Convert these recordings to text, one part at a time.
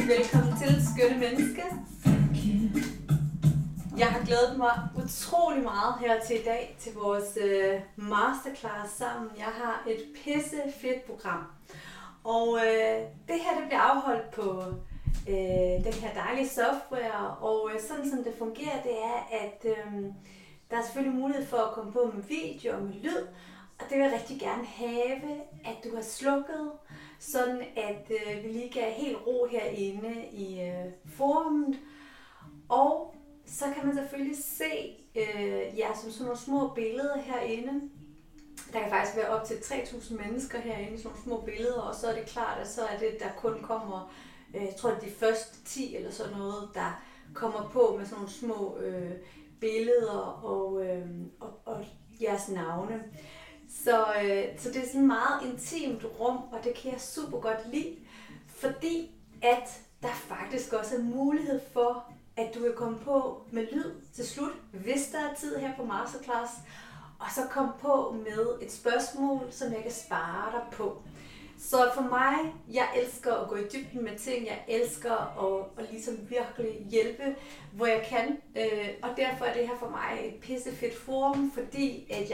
Velkommen til, skønne mennesker. Jeg har glædet mig utrolig meget her til i dag, til vores masterclass sammen. Jeg har et pisse fedt program. Og det her det bliver afholdt på den her dejlige software. Og sådan som det fungerer, det er, at der er selvfølgelig mulighed for at komme på med video og med lyd. Og det vil jeg rigtig gerne have, at du har slukket, sådan at vi lige kan have helt ro herinde i forumet. Og så kan man selvfølgelig se jer som sådan nogle små billeder herinde. Der kan faktisk være op til 3.000 mennesker herinde i sådan nogle små billeder, og så er det klart, at så er det, der kun kommer, jeg tror det er de første 10 eller sådan noget, der kommer på med sådan nogle små billeder og jeres navne. Så det er sådan et meget intimt rum, og det kan jeg super godt lide, fordi at der faktisk også er mulighed for, at du vil komme på med lyd til slut, hvis der er tid her på Masterclass, og så komme på med et spørgsmål, som jeg kan spare dig på. Så for mig, jeg elsker at gå i dybden med ting, jeg elsker at ligesom virkelig hjælpe, hvor jeg kan, og derfor er det her for mig et pissefedt forum, fordi at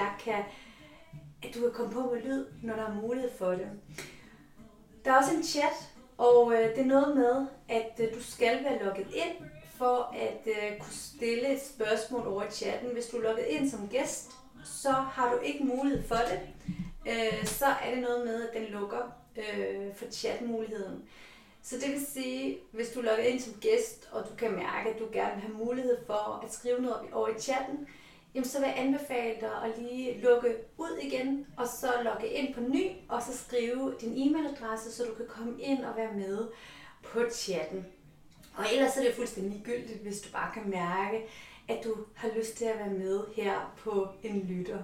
du kan komme på med lyd, når der er mulighed for det. Der er også en chat, og det er noget med, at du skal være logget ind, for at kunne stille et spørgsmål over chatten. Hvis du er logget ind som gæst, så har du ikke mulighed for det. Så er det noget med, at den lukker for chatmuligheden. Så det vil sige, hvis du er logget ind som gæst, og du kan mærke, at du gerne vil have mulighed for at skrive noget over i chatten, jamen så vil jeg anbefale dig at lige lukke ud igen, og så logge ind på ny, og så skrive din e-mailadresse, så du kan komme ind og være med på chatten. Og ellers er det fuldstændig ligegyldigt, hvis du bare kan mærke, at du har lyst til at være med her på en lytter.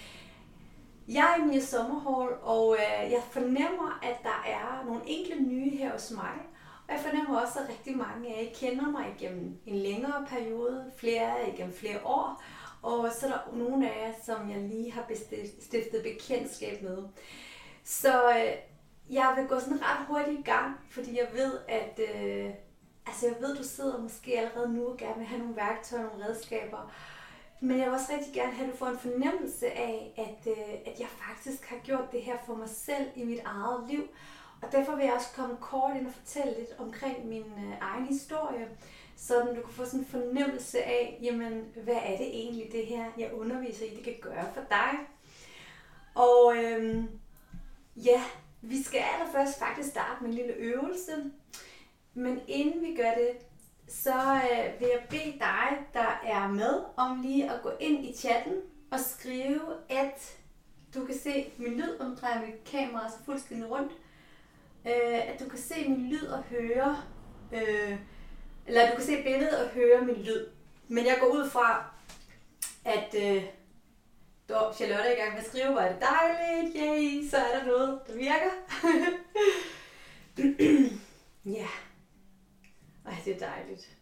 Jeg er Mia Sommerhall, og jeg fornemmer, at der er nogle enkelte nye her hos mig. Og jeg fornemmer også, at rigtig mange af jer kender mig igennem en længere periode, flere igennem flere år. Og så er der nogle af jer, som jeg lige har stiftet bekendtskab med. Så jeg vil gå sådan ret hurtigt i gang, fordi jeg ved, at jeg ved, du sidder måske allerede nu og gerne vil have nogle værktøjer, nogle redskaber. Men jeg vil også rigtig gerne have, at du får en fornemmelse af, at jeg faktisk har gjort det her for mig selv i mit eget liv. Og derfor vil jeg også komme kort ind og fortælle lidt omkring min egen historie, så du kan få sådan en fornemmelse af, jamen, hvad er det egentlig det her, jeg underviser i, det kan gøre for dig. Og vi skal allerførst faktisk starte med en lille øvelse. Men inden vi gør det, så vil jeg bede dig, der er med, om lige at gå ind i chatten og skrive, at du kan se min lyd, og nu drejer mit kamera så fuldstændig rundt, at du kan se min lyd og høre, eller du kan se billedet og høre min lyd. Men jeg går ud fra, at Charlotte er i gang med at skrive, hvor er det dejligt, yay, så er der noget, der virker. Ja. Ej, det er dejligt.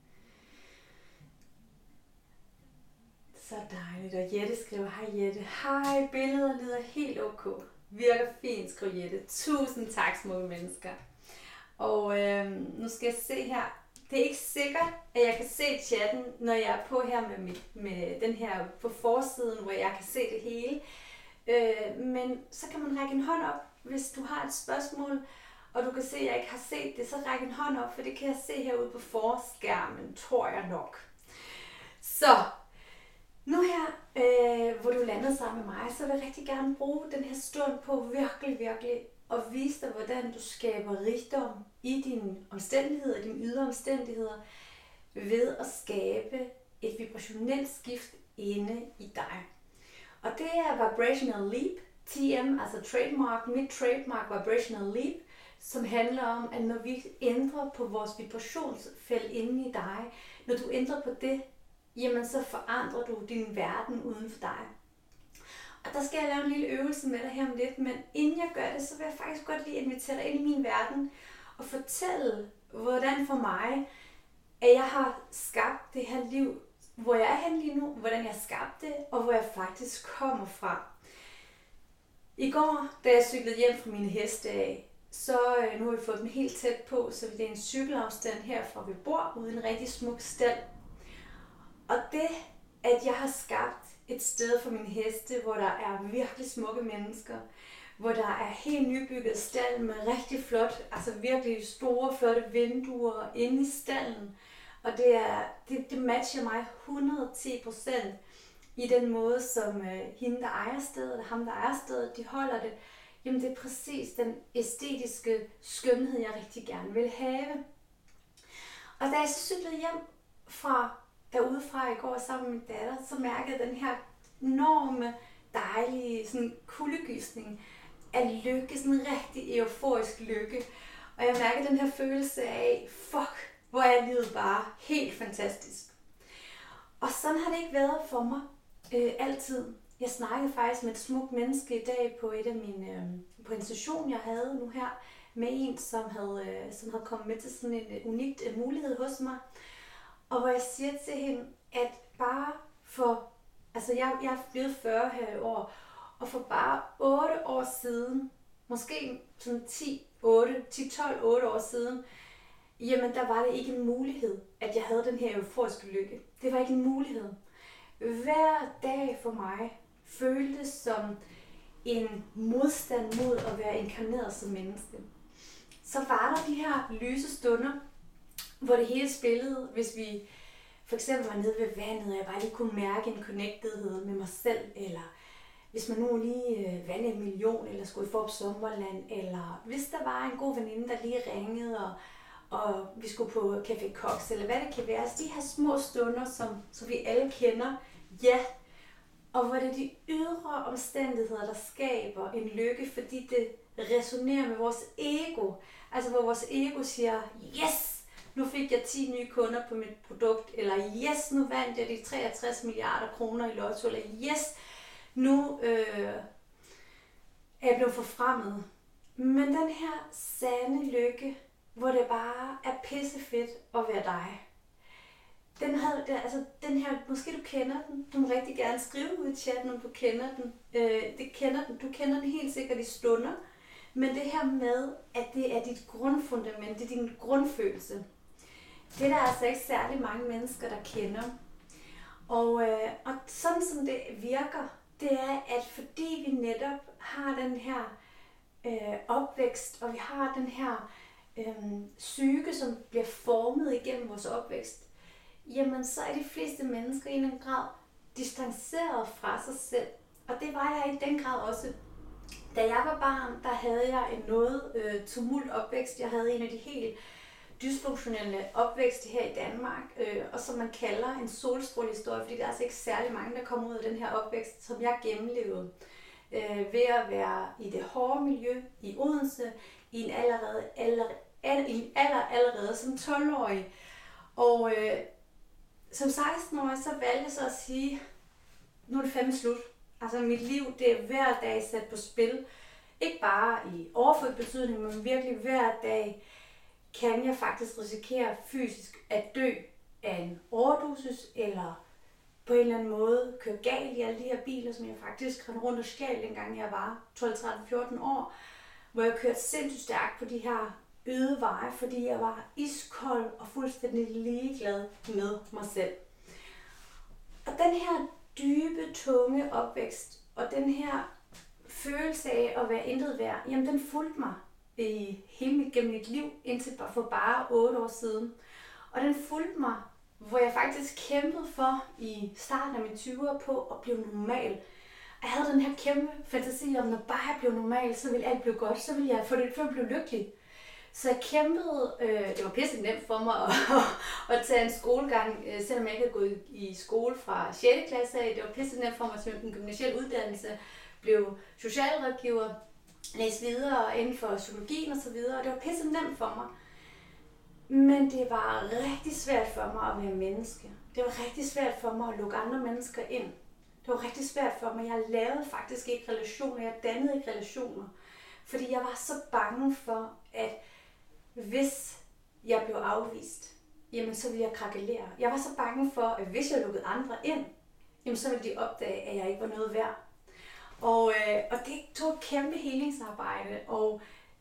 Så dejligt. Og Jette skriver, hej Jette. Hej, billeder lyder helt ok. Virker fint, skriver Jette. Tusind tak, smukke mennesker. Og nu skal jeg se her. Det er ikke sikkert, at jeg kan se chatten, når jeg er på her med den her på forsiden, hvor jeg kan se det hele. Men så kan man række en hånd op, hvis du har et spørgsmål. Og du kan se, at jeg ikke har set det, så ræk en hånd op, for det kan jeg se herude på forskærmen, tror jeg nok. Så, nu her, hvor du landede sammen med mig, så vil jeg rigtig gerne bruge den her stund på virkelig at vise dig, hvordan du skaber rigdom i dine omstændigheder, dine ydre omstændigheder, ved at skabe et vibrationelt skift inde i dig. Og det er Vibrational Leap, TM, altså trademark, mit trademark Vibrational Leap, som handler om, at når vi ændrer på vores vibrationsfelt inde i dig, når du ændrer på det, jamen så forandrer du din verden uden for dig. Og der skal jeg lave en lille øvelse med dig her om lidt, men inden jeg gør det, så vil jeg faktisk godt lige invitere dig ind i min verden og fortælle, hvordan for mig, at jeg har skabt det her liv, hvor jeg er henne lige nu, hvordan jeg skabte det, og hvor jeg faktisk kommer fra. I går, da jeg cyklede hjem fra mine heste af, så nu har vi fået dem helt tæt på, så det er en cykelafstand herfra vi bor, ude i en rigtig smuk stald. Og det, at jeg har skabt et sted for mine heste, hvor der er virkelig smukke mennesker, hvor der er helt nybygget stald med rigtig flot, altså virkelig store, flotte vinduer inde i stallen. Og det matcher mig 110% i den måde, som hende, der ejer stedet, og ham, der ejer stedet, de holder det. Jamen det er præcis den æstetiske skønhed, jeg rigtig gerne vil have. Og da jeg så cyklede hjem derudefra i går sammen med min datter, så mærkede jeg den her enorme, dejlige sådan kuldegysning af lykke, sådan en rigtig euforisk lykke. Og jeg mærkede den her følelse af, fuck, hvor er livet bare helt fantastisk. Og sådan har det ikke været for mig altid. Jeg snakkede faktisk med et smukt menneske i dag på på en session, jeg havde nu her, med en, som havde kommet med til sådan en unikt mulighed hos mig. Og hvor jeg siger til hende, at bare jeg er blevet 40 her i år, og for bare 8 år siden, måske sådan 10-12 år siden, jamen der var det ikke en mulighed, at jeg havde den her euforiske lykke. Det var ikke en mulighed. Hver dag for mig føltes som en modstand mod at være inkarneret som menneske. Så var der de her lyse stunder, hvor det hele spillede, hvis vi for eksempel var nede ved vandet, og jeg bare lige kunne mærke en connectedhed med mig selv, eller hvis man nu lige vandede 1 million, eller skulle i Forop Sommerland, eller hvis der var en god veninde, der lige ringede, og vi skulle på Café Cox, eller hvad det kan være. Altså de her små stunder, som vi alle kender, ja, og hvor det er de ydre omstændigheder, der skaber en lykke, fordi det resonerer med vores ego. Altså hvor vores ego siger, yes, nu fik jeg 10 nye kunder på mit produkt, eller yes, nu vandt jeg de 63 milliarder kroner i lotto, eller yes, nu er jeg blevet forfremmet. Men den her sande lykke, hvor det bare er pissefedt at være dig. Den her, måske du kender den, du må rigtig gerne skrive ud i chatten, om du kender den. Du kender den helt sikkert i stunder, men det her med, at det er dit grundfundament, det er din grundfølelse. Det er der altså ikke særlig mange mennesker, der kender. Og sådan som det virker, det er, at fordi vi netop har den her opvækst, og vi har den her psyke, som bliver formet igennem vores opvækst, jamen så er de fleste mennesker i en grad distanceret fra sig selv. Og det var jeg i den grad også. Da jeg var barn, der havde jeg en noget tumult opvækst. Jeg havde en af de helt dysfunktionelle opvækst her i Danmark, og som man kalder en solstrålehistorie, fordi der er altså ikke særlig mange, der kommer ud af den her opvækst, som jeg gennemlevede. Ved at være i det hårde miljø i Odense, i en allerede som 12-årig. Og som 16-årig, så valgte jeg så at sige, nu er det fandme slut. Altså mit liv, det er hver dag sat på spil. Ikke bare i overført betydning, men virkelig hver dag kan jeg faktisk risikere fysisk at dø af en overdosis, eller på en eller anden måde køre galt i alle de her biler, som jeg faktisk rendte rundt og stjal, dengang jeg var 12, 13, 14 år, hvor jeg kørte sindssygt stærkt på de her øde veje, fordi jeg var iskold og fuldstændig ligeglad med mig selv. Og den her dybe, tunge opvækst, og den her følelse af at være intet værd, jamen den fulgte mig gennem mit liv, indtil for bare 8 år siden. Og den fulgte mig, hvor jeg faktisk kæmpede for i starten af mine 20'ere på at blive normal. Jeg havde den her kæmpe fantasi om, når bare jeg blev normal, så ville alt blive godt, så ville jeg få det til at blive lykkelig. Så jeg kæmpede, det var pisse nemt for mig at tage en skolegang, selvom jeg ikke havde gået i skole fra 6. klasse af. Det var pisse nemt for mig at tage en gymnasial uddannelse, blev socialrådgiver, læste videre inden for psykologien og så videre, og det var pisse nemt for mig. Men det var rigtig svært for mig at være menneske. Det var rigtig svært for mig at lukke andre mennesker ind. Det var rigtig svært for mig. Jeg lavede faktisk ikke relationer, jeg dannede ikke relationer. Fordi jeg var så bange for, at hvis jeg blev afvist, jamen så ville jeg krakelere. Jeg var så bange for, at hvis jeg lukkede andre ind, jamen så ville de opdage, at jeg ikke var noget værd. Og det tog et kæmpe helingsarbejde, og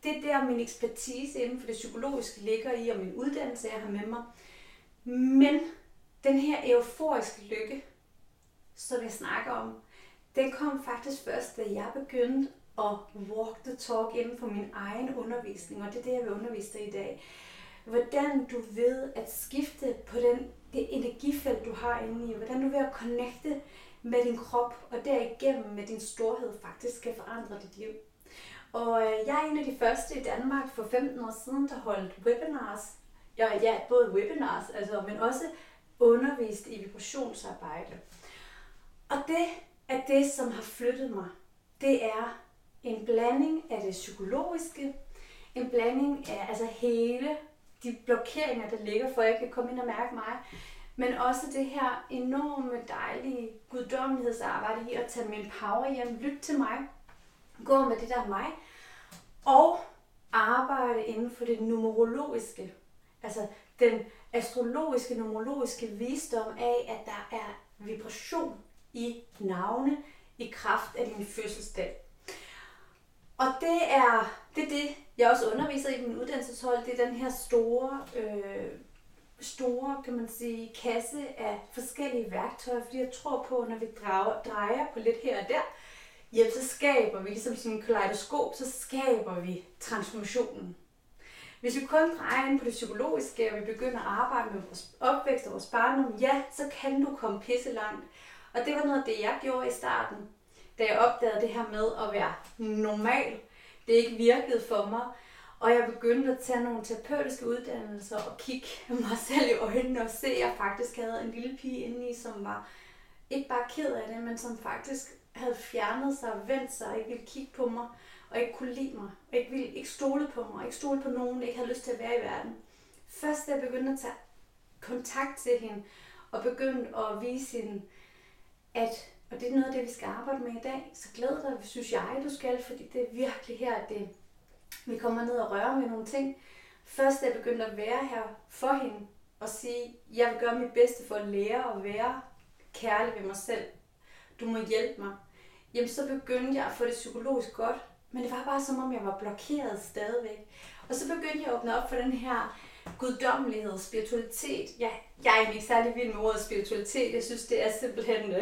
det er der min ekspertise inden for det psykologiske ligger i, og min uddannelse, jeg har med mig. Men den her euforiske lykke, som jeg snakker om, den kom faktisk først, da jeg begyndte at walk the talk inden for min egen undervisning, og det er det, jeg vil undervise dig i dag. Hvordan du ved at skifte på det energifelt, du har inde i, hvordan du ved at connecte med din krop, og derigennem med din storhed faktisk skal forandre dit liv. Og jeg er en af de første i Danmark for 15 år siden, der holdt webinars. Ja, både webinars, men også undervist i vibrationsarbejde. Og det er det, som har flyttet mig. Det er en blanding af det psykologiske, en blanding af hele de blokeringer, der ligger, for at jeg kan komme ind og mærke mig, men også det her enorme, dejlige guddommelighedsarbejde i at tage min power hjem, lytte til mig, gå med det der er mig, og arbejde inden for det numerologiske, altså den astrologiske, numerologiske visdom af, at der er vibration i navne i kraft af din fødselsdag. Og det er det, jeg også underviser i min uddannelseshold. Det er den her store, kan man sige, kasse af forskellige værktøjer, fordi jeg tror på, når vi drejer på lidt her og der, så skaber vi, ligesom sådan en kaleidoskop, så skaber vi transformationen. Hvis vi kun drejer ind på det psykologiske, og vi begynder at arbejde med vores opvækst og vores barndom, så kan du komme pisse langt. Og det var noget af det, jeg gjorde i starten, da jeg opdagede det her med at være normal. Det ikke virkede for mig, og jeg begyndte at tage nogle terapeutiske uddannelser og kigge mig selv i øjnene og se, at jeg faktisk havde en lille pige indeni, som var ikke bare ked af det, men som faktisk havde fjernet sig og vendt sig og ikke ville kigge på mig, og ikke kunne lide mig, og ikke stole på mig, og ikke stole på nogen, ikke havde lyst til at være i verden. Først da jeg begyndte at tage kontakt til hende, og begyndte at vise hende, at, og det er noget af det, vi skal arbejde med i dag, så glæd dig, synes jeg, du skal, fordi det er virkelig her, at vi kommer ned og rører med nogle ting. Først da jeg begyndte at være her for hende, og sige, jeg vil gøre mit bedste for at lære at være kærlig ved mig selv. Du må hjælpe mig. Jamen så begyndte jeg at få det psykologisk godt, men det var bare som om jeg var blokeret stadigvæk. Og så begyndte jeg at åbne op for den her guddommelighed, spiritualitet. Jeg er egentlig ikke særlig vild med ordet spiritualitet. Jeg synes, det er simpelthen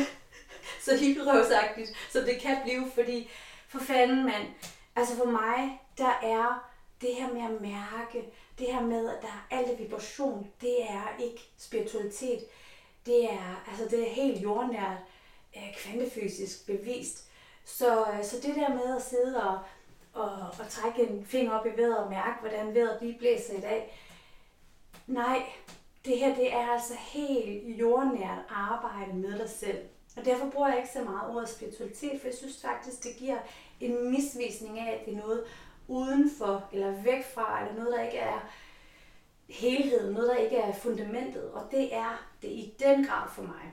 så hipperøvsagtigt, som det kan blive, fordi for fanden mand, altså for mig, der er det her med at mærke, det her med, at der er alt vibration, det er ikke spiritualitet. Det er helt jordnært, kvantefysisk bevist. Så det der med at sidde og trække en finger op i vejret og mærke, hvordan vejret lige blæser i dag. Nej, det her det er altså helt jordnært arbejde med dig selv. Og derfor bruger jeg ikke så meget ordet spiritualitet, for jeg synes faktisk, det giver en misvisning af, at det er noget udenfor eller væk fra, eller noget, der ikke er helheden, noget, der ikke er fundamentet. Og det er det i den grad for mig.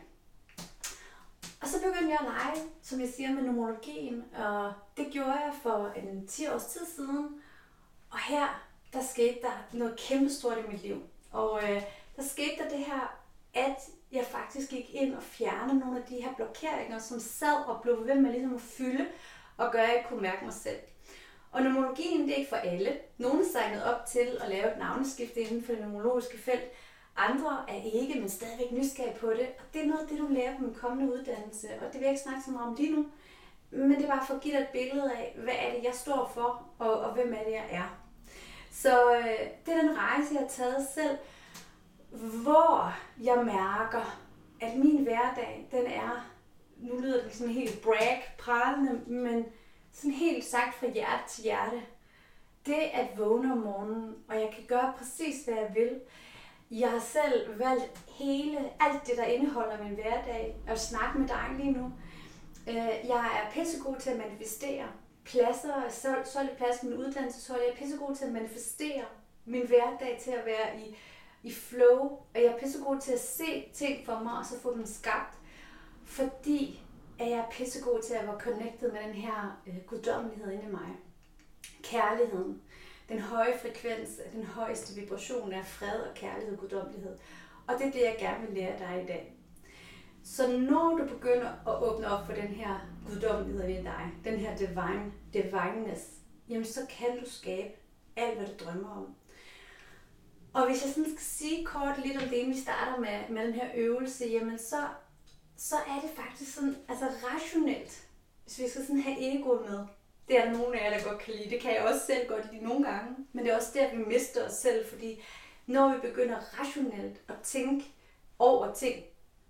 Og så begyndte jeg at lege, som jeg siger, med numerologien, og det gjorde jeg for 10 års tid siden. Og her, der skete der noget kæmpestort i mit liv. Og der skete der det her, at jeg faktisk gik ind og fjernede nogle af de her blokeringer, som sad og blev ved med ligesom at fylde, og gøre, at jeg ikke kunne mærke mig selv. Og numerologien, det er ikke for alle. Nogle er signet op til at lave et navneskifte inden for det numerologiske felt. Andre er ikke, men stadigvæk nysgerrige på det. Og det er noget af det, du lærer på min kommende uddannelse. Og det vil jeg ikke snakke så meget om lige nu. Men det er bare for at give dig et billede af, hvad er det, jeg står for, og hvem er det, jeg er. Så det er den rejse, jeg har taget selv, hvor jeg mærker, at min hverdag, den er, nu lyder det sådan helt pralende, men sådan helt sagt fra hjerte til hjerte. Det at vågne om morgenen, og jeg kan gøre præcis, hvad jeg vil. Jeg har selv valgt alt det, der indeholder min hverdag, at snakke med dig lige nu. Jeg er pissegod til at manifestere pladser, solgte plads med min uddannelseshold. Jeg er pissegod til at manifestere min hverdag til at være i flow, og jeg er pissegod til at se ting for mig, og så få dem skabt, fordi at jeg er pissegod til at være connected med den her guddommelighed inde i mig. Kærligheden. Den høje frekvens, den højeste vibration af fred og kærlighed og guddommelighed. Og det er det, jeg gerne vil lære dig i dag. Så når du begynder at åbne op for den her guddommelighed i dig, den her divineness jamen så kan du skabe alt, hvad du drømmer om. Og hvis jeg sådan skal sige kort lidt om det, inden vi starter med den her øvelse, jamen så er det faktisk sådan, altså rationelt, hvis vi skal sådan have egoet med. Det er der nogle af jer, der godt kan lide. Det kan jeg også selv godt lide nogle gange. Men det er også der, vi mister os selv, fordi når vi begynder rationelt at tænke over ting,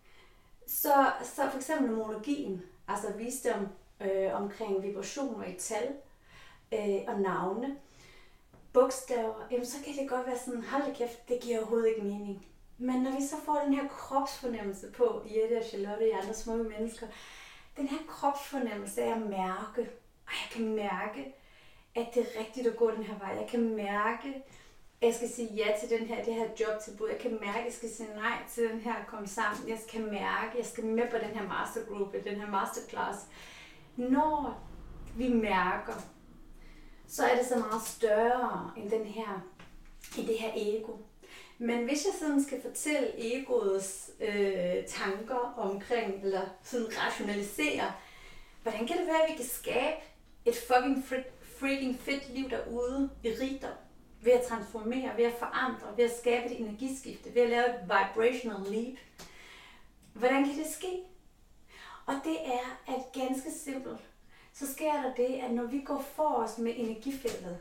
så for eksempel numerologien, altså visdom omkring vibrationer i tal og navne, bogstaver, jamen så kan det godt være sådan, hold da kæft, det giver overhovedet ikke mening. Men når vi så får den her kropsfornemmelse på, Jette og Charlotte og de andre smukke mennesker, den her kropsfornemmelse af at mærke, og jeg kan mærke, at det er rigtigt at gå den her vej. Jeg kan mærke, at jeg skal sige ja til det her jobtilbud. Jeg kan mærke, at jeg skal sige nej til den her at komme sammen. Jeg kan mærke, at jeg skal med på den her mastergroup, den her masterclass. Når vi mærker, så er det så meget større end det her ego. Men hvis jeg sådan skal fortælle egoets tanker omkring, eller sådan rationalisere, hvordan kan det være, at vi kan skabe et fucking freaking fedt liv derude i rigdom, ved at transformere, ved at forandre, ved at skabe et energiskifte, ved at lave et vibrational leap. Hvordan kan det ske? Og det er, at ganske simpelt, så sker der det, at når vi går for os med energifeltet,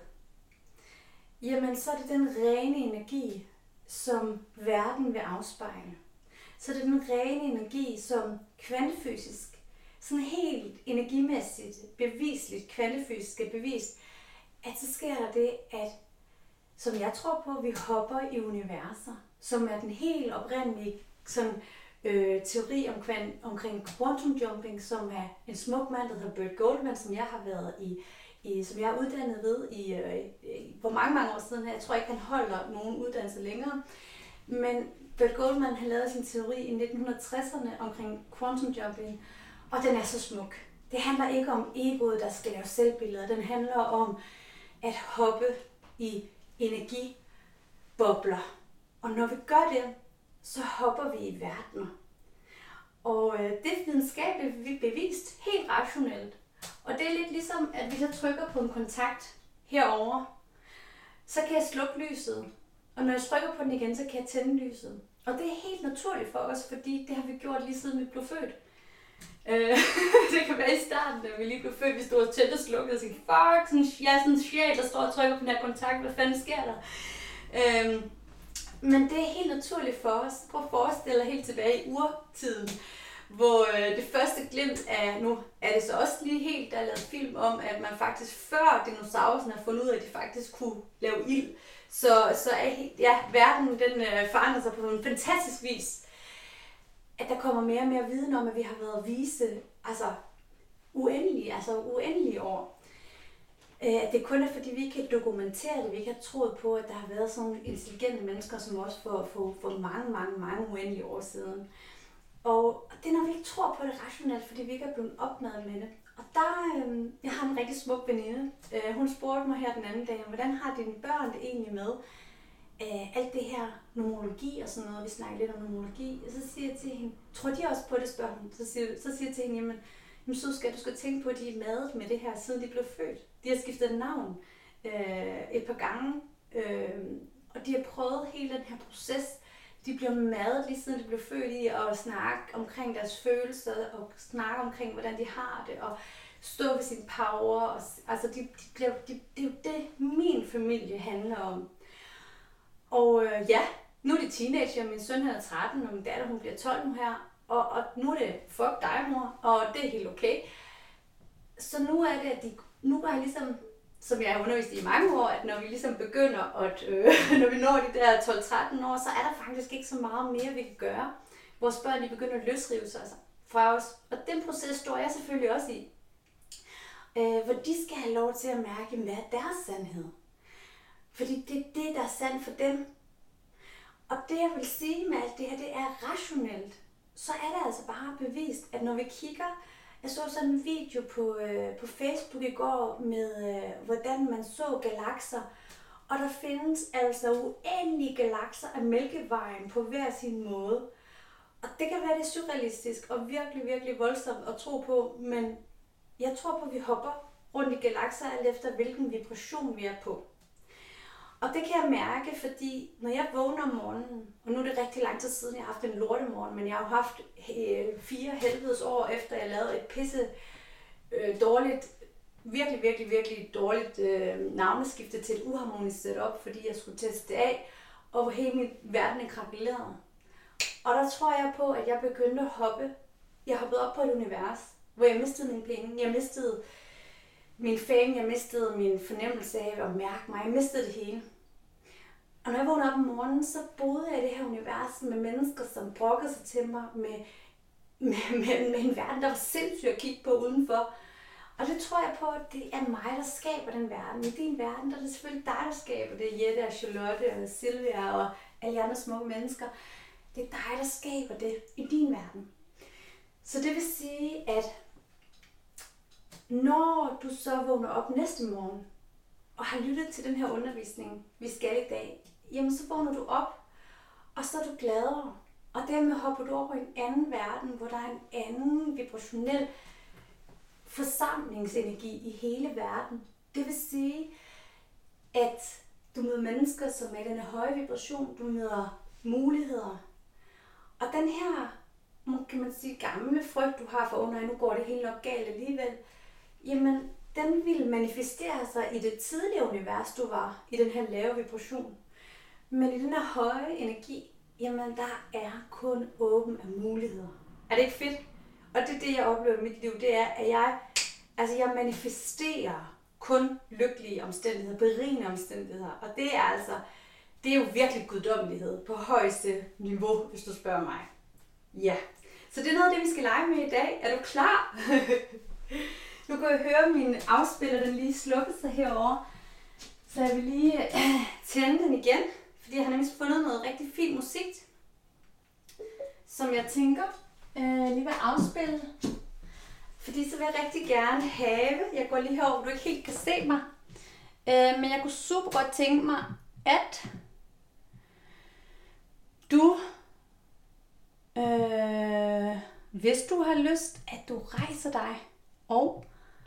jamen så er det den rene energi, som verden vil afspejle. Så det er den rene energi, som kvantefysisk, sådan helt energimæssigt, bevisligt, kvantefysisk er bevist, at så sker der det, at som jeg tror på, vi hopper i universer, som er den helt oprindelige sådan, teori omkring quantum jumping, som er en smuk mand, der hedder Bert Goldman, som jeg har været som jeg er uddannet ved for mange år siden. Jeg tror ikke, han holder nogen uddannelse længere. Men Bert Goldman har lavet sin teori i 1960'erne omkring quantum jumping, og den er så smuk. Det handler ikke om egoet, der skal lave selvbilleder. Den handler om at hoppe i energibobler. Og når vi gør det, så hopper vi i verdener. Og det er videnskabeligt bevist, helt rationelt. Og det er lidt ligesom, at hvis jeg trykker på en kontakt herover, så kan jeg slukke lyset. Og når jeg trykker på den igen, så kan jeg tænde lyset. Og det er helt naturligt for os, fordi det har vi gjort lige siden vi blev født. Det kan være i starten, da vi lige blev født, vi stod og tændte og slukkede og tænkte, fuck, jeg er sådan en sjæl, der står og trykker på den her kontakt, hvad fanden sker der? Men det er helt naturligt for os. Prøv at forestille dig helt tilbage i urtiden, hvor det første glimt af, nu er det så også lige helt, der er lavet film om, at man faktisk før dinosaurerne har fundet ud af, at de faktisk kunne lave ild. Så verden den forandrer sig på en fantastisk vis. At der kommer mere og mere viden om, at vi har været vise, uendelige år. At det kun er, fordi vi kan dokumentere det, vi ikke har troet på, at der har været sådan nogle intelligente mennesker, som også for mange uendelige år siden. Og det er, når vi ikke tror på det rationelt, fordi vi ikke er blevet opmadet med det. Og jeg har en rigtig smuk veninde. Hun spurgte mig her den anden dag, hvordan har dine børn det egentlig med alt det her numerologi og sådan noget. Vi snakker lidt om numerologi. Og så siger jeg til hende, tror de også på det, spørger hun. Så siger jeg til hende, jamen så du skal tænke på, at de er madet med det her, siden de blev født. De har skiftet navn et par gange, og de har prøvet hele den her proces. De bliver madet lige siden de blev født i at snakke omkring deres følelser, og snakke omkring, hvordan de har det, og stå ved sin power. Og, altså, det er jo det, min familie handler om. Og nu er det teenager, min søn er 13, og min datter hun bliver 12 nu her, og nu er det fuck dig, mor, og det er helt okay. Så nu er det, at nu er jeg ligesom, som jeg har undervist i mange år, at når vi ligesom begynder, når vi når de der 12-13 år, så er der faktisk ikke så meget mere, vi kan gøre. Vores børn, de begynder at løsrive sig fra os, og den proces står jeg selvfølgelig også i. Hvor de skal have lov til at mærke, hvad er deres sandhed. Fordi det er det, der er sandt for dem. Og det, jeg vil sige med alt det her, det er rationelt. Så er det altså bare bevist, at når vi kigger, jeg så sådan en video på Facebook i går med, hvordan man så galakser. Og der findes altså uendelige galakser af Mælkevejen på hver sin måde. Og det kan være, det er surrealistisk og virkelig, virkelig voldsomt at tro på, men jeg tror på, at vi hopper rundt i galakser, alt efter hvilken vibration vi er på. Og det kan jeg mærke, fordi når jeg vågner om morgenen, og nu er det rigtig lang tid siden, jeg har haft en lortemorgen, men jeg har jo haft 4 helvedes år efter, jeg lavede et pisse dårligt, virkelig dårligt navneskifte til et uharmonisk setup, fordi jeg skulle teste det af, og hvor hele min verden er krakeleret. Og der tror jeg på, at jeg begyndte at hoppe. Jeg hoppede op på et univers, hvor jeg mistede mine penge, jeg mistede min fame, jeg mistede min fornemmelse af at mærke mig, jeg mistede det hele. Og når jeg vågnede op om morgenen, så boede jeg i det her univers med mennesker, som brokkede sig til mig, med en verden, der var sindssygt at kigge på udenfor. Og det tror jeg på, at det er mig, der skaber den verden. I din verden, der er det selvfølgelig dig, der skaber det. Jette og Charlotte og Silvia og alle andre smukke mennesker. Det er dig, der skaber det i din verden. Så det vil sige, at når du så vågner op næste morgen, og har lyttet til den her undervisning, vi skal i dag, jamen så vågner du op, og så er du gladere. Og dermed hopper du over på en anden verden, hvor der er en anden vibrationel forsamlingsenergi i hele verden. Det vil sige, at du møder mennesker, som er i den høje vibration, du møder muligheder. Og den her, kan man sige, gamle frygt, du har for, nu går det helt nok galt alligevel, jamen, den vil manifestere sig i det tidligere univers, du var, i den her lave vibration. Men i den her høje energi, jamen, der er kun åben af muligheder. Er det ikke fedt? Og det er det, jeg oplever i mit liv, det er, at jeg manifesterer kun lykkelige omstændigheder, berigende omstændigheder. Og det er jo virkelig guddommelighed på højeste niveau, hvis du spørger mig. Ja, så det er noget af det, vi skal lege med i dag. Er du klar? Nu kan jeg høre, at min afspiller den lige slukker sig herovre. Så jeg vil lige tænde den igen, fordi jeg har nemlig fundet noget rigtig fin musik, som jeg tænker lige vil afspille. Fordi så vil jeg rigtig gerne have, jeg går lige herover, hvor du ikke helt kan se mig, men jeg kunne super godt tænke mig, at du, hvis du har lyst, at du rejser dig og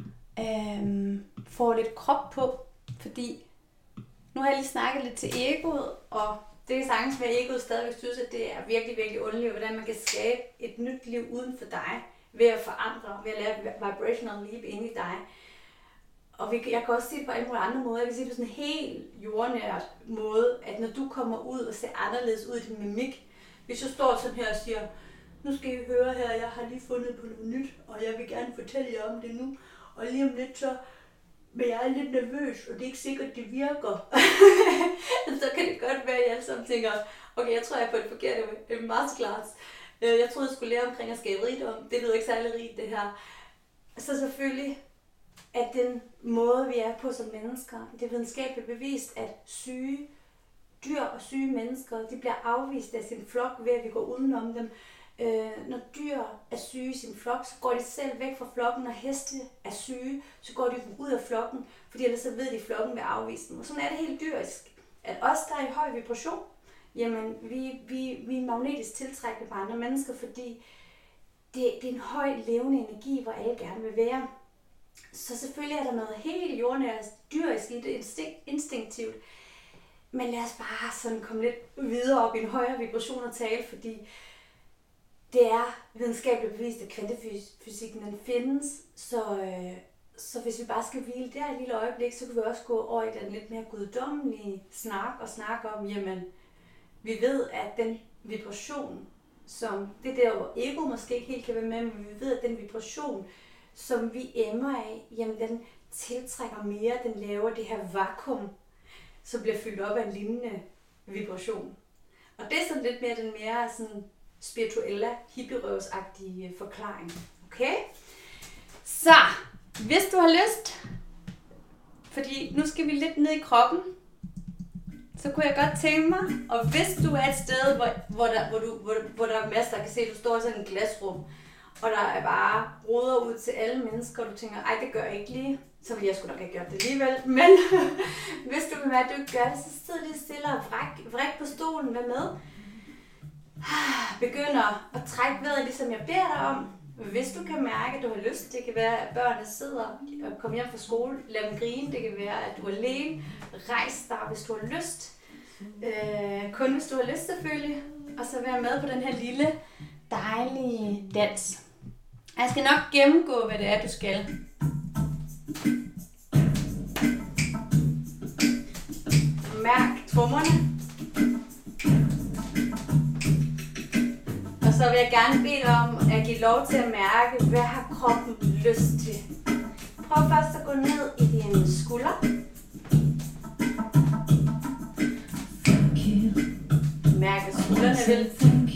får lidt krop på, fordi nu har jeg lige snakket lidt til egoet, og det er sagtens med, at egoet stadigvæk synes, at det er virkelig underligt, hvordan man kan skabe et nyt liv uden for dig, ved at forandre, ved at lave vibrational leap ind i dig. Og jeg kan også sige det på alle mulige andre måder. Jeg kan sige det på sådan en helt jordnært måde, at når du kommer ud og ser anderledes ud i din mimik, hvis jeg står sådan her og siger, nu skal I høre her, jeg har lige fundet på noget nyt, og jeg vil gerne fortælle jer om det nu, og lige om lidt så, men jeg er lidt nervøs, og det er ikke sikkert, at det virker. Så kan det godt være, at I alle sammen tænker, okay, jeg tror, jeg er på det forkerte masterclass. Jeg troede, jeg skulle lære omkring at skabe rigdom. Det lyder ikke særlig rigt, det her. Så selvfølgelig, at den måde, vi er på som mennesker, det er videnskabeligt bevist, at syge dyr og syge mennesker, de bliver afvist af sin flok ved, at vi går udenom dem. Når dyr er syge i sin flok, så går de selv væk fra flokken. Når heste er syge, så går de ud af flokken, fordi ellers så ved de, at flokken vil afvise dem. Og sådan er det helt dyrisk. At os, der er i høj vibration, jamen vi er magnetisk tiltrækkende på andre mennesker, fordi det er en høj levende energi, hvor alle gerne vil være. Så selvfølgelig er der noget helt jordnært dyrisk i det, instinktivt. Men lad os bare sådan komme lidt videre op i en højere vibration og tale, fordi det er videnskabeligt bevist, at kvantefysikken den findes, så hvis vi bare skal hvile der et lille øjeblik, så kan vi også gå over i den lidt mere guddommelige snakke om, jamen, vi ved, at den vibration, som det der, hvor ego måske ikke helt kan være med, men vi ved, at den vibration, som vi emmer af, jamen den tiltrækker mere, den laver det her vakuum, som bliver fyldt op af en lignende vibration. Og det er sådan lidt mere den mere sådan spirituelle, hippierøvsagtige forklaring. Okay? Så, hvis du har lyst, fordi nu skal vi lidt ned i kroppen, så kunne jeg godt tænke mig, og hvis du er et sted, hvor der er masser, der kan se, at du står i sådan et glasrum, og der er bare ruder ud til alle mennesker, og du tænker, ej, det gør jeg ikke lige, så vil jeg sgu nok have gjort det alligevel. Men hvis du vil være, at du ikke gør det, så sid lige stille og vræk på stolen, vær med. Begynder at trække vejret, ligesom jeg beder dig om. Hvis du kan mærke, at du har lyst, det kan være, at børnene sidder og kommer hjem fra skole, lad dem grine, det kan være, at du er alene, rejs dig, hvis du har lyst. Kun hvis du har lyst selvfølgelig, og så være med på den her lille, dejlige dans. Jeg skal nok gennemgå, hvad det er, du skal. Mærk trommerne. Og så vil jeg gerne bede dig om at give lov til at mærke, hvad har kroppen lyst til. Prøv først at gå ned i dine skuldre. Mærk, at skuldrene vil.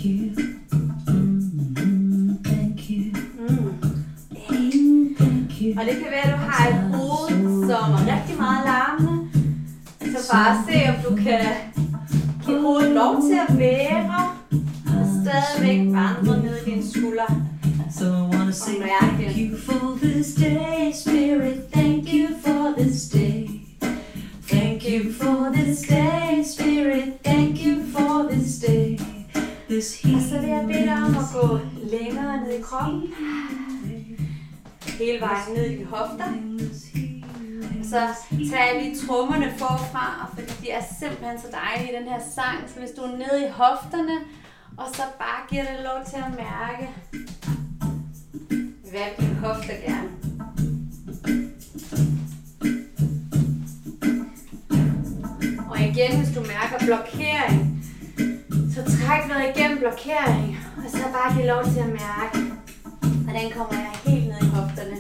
Og det kan være, at du har et hoved, som er rigtig meget larmende. Så bare se, om du kan give hovedet lov til at være og stadigvæk vandre ned i dine skuldre. So I wanna say thank you for this day, Spirit, thank you for this day. Thank you for this day, Spirit, thank you for this day. Og så vil jeg bede dig om at gå længere ned i kroppen. Hele vejen ned i dine hofter. Så tager jeg lige trommerne forfra, fordi de er simpelthen så dejlige i den her sang. Så hvis du er nede i hofterne, og så bare giver det lov til at mærke, hvad vil dine hofter gerne. Og igen, hvis du mærker blokering, så træk noget igennem blokering, og så bare giv lov til at mærke, hvordan kommer jeg helt ned i hofterne.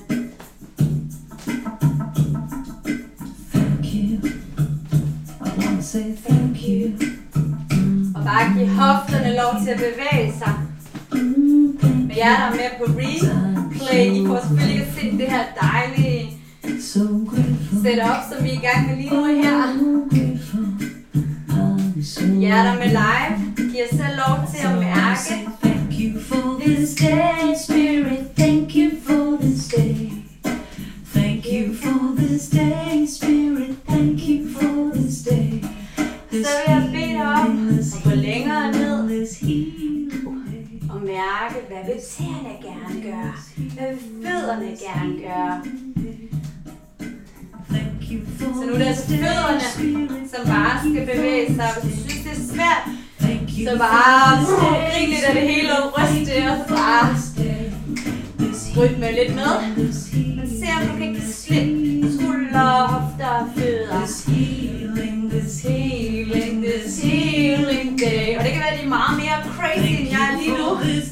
Say thank you. Og bare give hofterne lov til at bevæge sig. Med jer, der er med på replay, I får selvfølgelig at se det her dejlige setup, som vi er i gang med lige nu her. Jer, der er med live, giver selv lov til at mærke. Thank you for this day, Spirit, thank you for this day. Thank you for this day, Spirit, thank you for this day. Så vil jeg bede dig om at gå længere ned og mærke, hvad vil tæerne gerne gøre? Hvad vil fødderne gerne gøre? Så nu er det altså fødderne, som bare skal bevæge sig. Hvis du synes, det er svært, så bare grin lidt af det hele og ryste, og så bare rytme lidt med. Men se om du kan give slip. Skuldre, hofter, fødder. This healing day. Og det kan være, at de er meget mere crazy, end jeg er lige nu.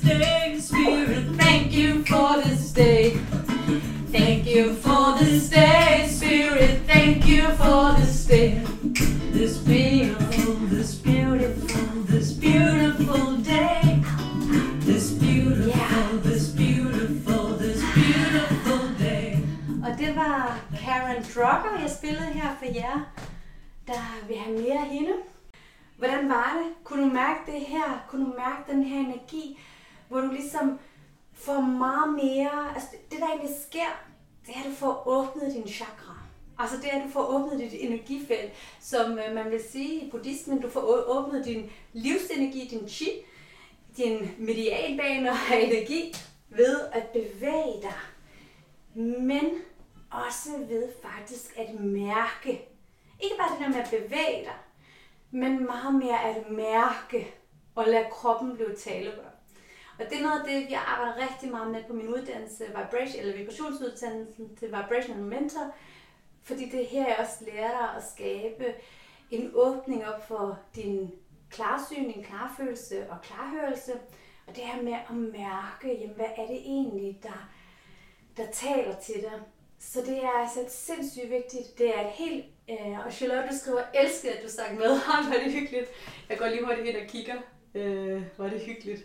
Thank you for this day. Thank you for this day, Spirit. Thank you for this day. This beautiful, this beautiful, this beautiful day. This beautiful, this beautiful, this beautiful day. Og det var Karen Drucker, jeg spillede her for jer, der vil have mere af hende. Hvordan var det? Kunne du mærke det her? Kunne du mærke den her energi, hvor du ligesom får meget mere... Altså det der egentlig sker, det er, at du får åbnet din chakra. Altså det er, at du får åbnet dit energifelt, som man vil sige i buddhismen. Du får åbnet din livsenergi, din chi, din medialbaner af energi ved at bevæge dig. Men også ved faktisk at mærke. Ikke bare det der med at bevæge dig, men meget mere at mærke og lade kroppen blive talerør. Og det er noget af det, jeg arbejder rigtig meget med på min uddannelse, vibrationsuddannelsen til Vibrational Mentor, fordi det er her, jeg også lærer dig at skabe en åbning op for din klarsyn, din klarfølelse og klarhørelse. Og det her med at mærke, jamen, hvad er det egentlig, der taler til dig. Så det er altså et sindssygt vigtigt. Det er et helt... og Charlotte, du skriver, elsker, at du sang med. Hvor er det hyggeligt. Jeg går lige hurtigt ind og kigger. Hvor er det hyggeligt.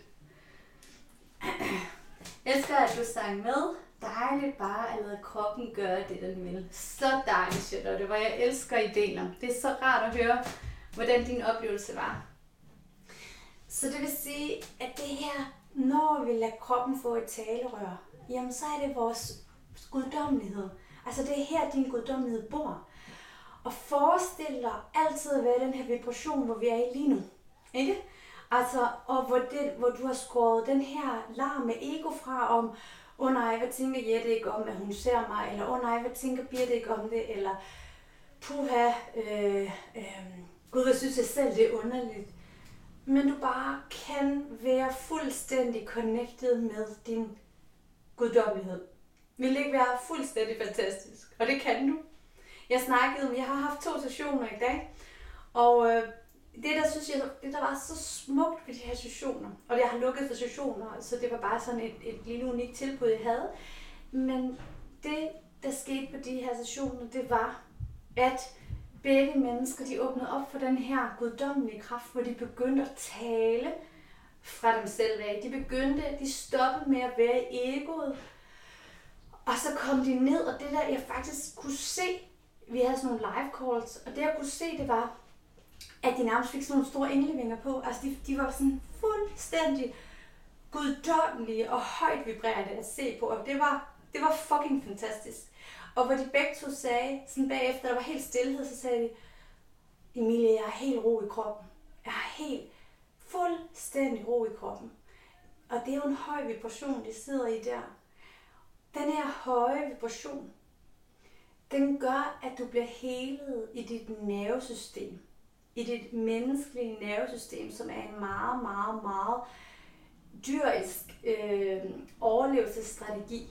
Elsker, at du sang med. Dejligt bare at lade kroppen gøre det, den vil. Så dejligt, Charlotte. Hvor jeg elsker idéen om. Det er så rart at høre, hvordan din oplevelse var. Så det vil sige, at det her, når vi lader kroppen få et talerør, jamen så er det vores guddommelighed. Altså det er her, din guddommelighed bor. Og forestil dig altid at være den her vibration, hvor vi er i lige nu. Ikke? Altså, og hvor du har skåret den her larm med ego fra om, nej, hvad tænker Jette ikke om, at hun ser mig, eller nej, hvad tænker Birte ikke om det, eller puha, Gud, jeg synes jeg selv, det er underligt. Men du bare kan være fuldstændig connected med din guddommelighed. Vil det ikke være fuldstændig fantastisk? Og det kan du. Jeg har haft 2 sessioner i dag, og det der var så smukt ved de her sessioner, og jeg har lukket for sessioner, så det var bare sådan et lille unikt tilbud, jeg havde. Men det, der skete på de her sessioner, det var, at begge mennesker, de åbnede op for den her guddommelige kraft, hvor de begyndte at tale fra dem selv af. De stoppede med at være i egoet, og så kom de ned, og det der, jeg faktisk kunne se, vi havde sådan nogle live calls, og det jeg kunne se, det var, at de nærmest fik sådan nogle store englevinger på. Altså de var sådan fuldstændig guddommelige og højt vibrerende at se på, og det var fucking fantastisk. Og hvor de begge to sagde, sådan bagefter, der var helt stillhed, så sagde de, Emilie, jeg er helt ro i kroppen. Jeg er helt fuldstændig ro i kroppen. Og det er jo en høj vibration, de sidder i der. Den her høje vibration, den gør, at du bliver helet i dit nervesystem. I dit menneskelige nervesystem, som er en meget, meget, meget dyrisk overlevelsesstrategi.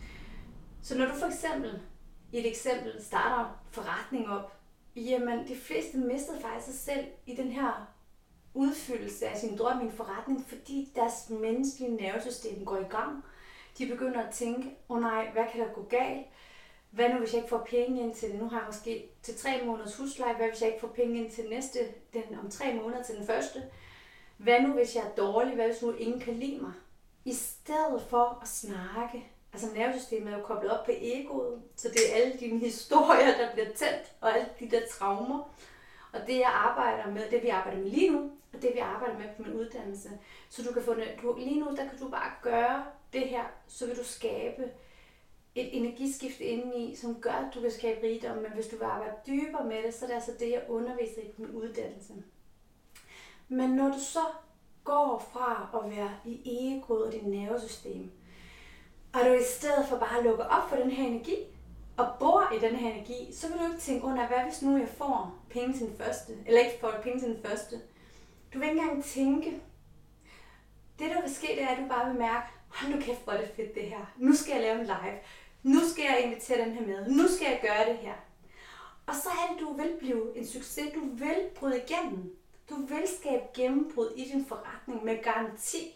Så når du for eksempel, i et eksempel, starter forretning op, jamen de fleste mistede faktisk sig selv i den her udfyldelse af sin drøm i en forretning, fordi deres menneskelige nervesystem går i gang. De begynder at tænke, nej, hvad kan der gå galt? Hvad nu, hvis jeg ikke får penge ind til det? Nu har jeg måske til 3 måneders husleje. Hvad hvis jeg ikke får penge ind til om 3 måneder til den første? Hvad nu, hvis jeg er dårlig? Hvad hvis nu ingen kan lide mig? I stedet for at snakke. Altså nervesystemet er jo koblet op på egoet, så det er alle dine historier, der bliver tændt, og alle de der traumer. Og det jeg arbejder med, det vi arbejder med lige nu, og det vi arbejder med på min uddannelse. Så du kan få lige nu, der kan du bare gøre det her, så vil du skabe et energiskifte indeni, som gør, at du kan skabe rigdom. Men hvis du vil arbejde dybere med det, så er det altså det, jeg underviser i på min uddannelse. Men når du så går fra at være i egoet og dit nervesystem, og du i stedet for bare at lukke op for den her energi, og bor i den her energi, så vil du ikke tænke, hvad hvis nu jeg får penge til den første, eller ikke får penge til den første. Du vil ikke engang tænke. Det der vil ske, det er, at du bare vil mærke, hold nu kæft, hvor er det fedt det her. Nu skal jeg lave en live. Nu skal jeg invitere den her med. Nu skal jeg gøre det her. Og så er det, du vil blive en succes. Du vil bryde igennem. Du vil skabe gennembrud i din forretning med garanti.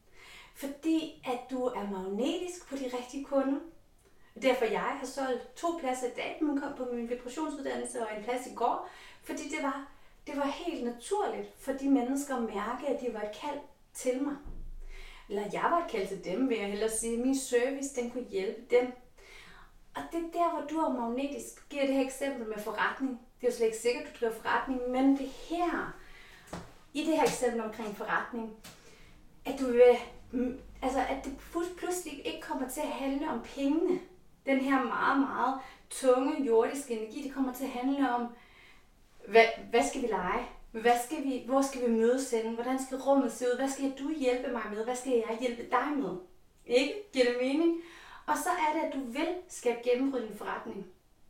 Fordi at du er magnetisk på de rigtige kunder. Derfor jeg har solgt 2 pladser i dag, på min vibrationsuddannelse og en plads i går. Fordi det var helt naturligt for de mennesker at mærke, at de var et kald til mig. Eller jeg var et kald til dem, vil jeg hellere sige. Min service, den kunne hjælpe dem. Og det er der, hvor du er magnetisk. Giver det her eksempel med forretning. Det er jo slet ikke sikkert, at du driver forretning, men det her, i det her eksempel omkring forretning, at du vil, at det pludselig ikke kommer til at handle om pengene. Den her meget, meget tunge jordiske energi, det kommer til at handle om, hvad skal vi lege? Hvor skal vi mødes henne? Hvordan skal rummet se ud? Hvad skal du hjælpe mig med? Hvad skal jeg hjælpe dig med? Ikke? Giver det mening? Og så er det, at du vil skabe gennembrud i din forretning.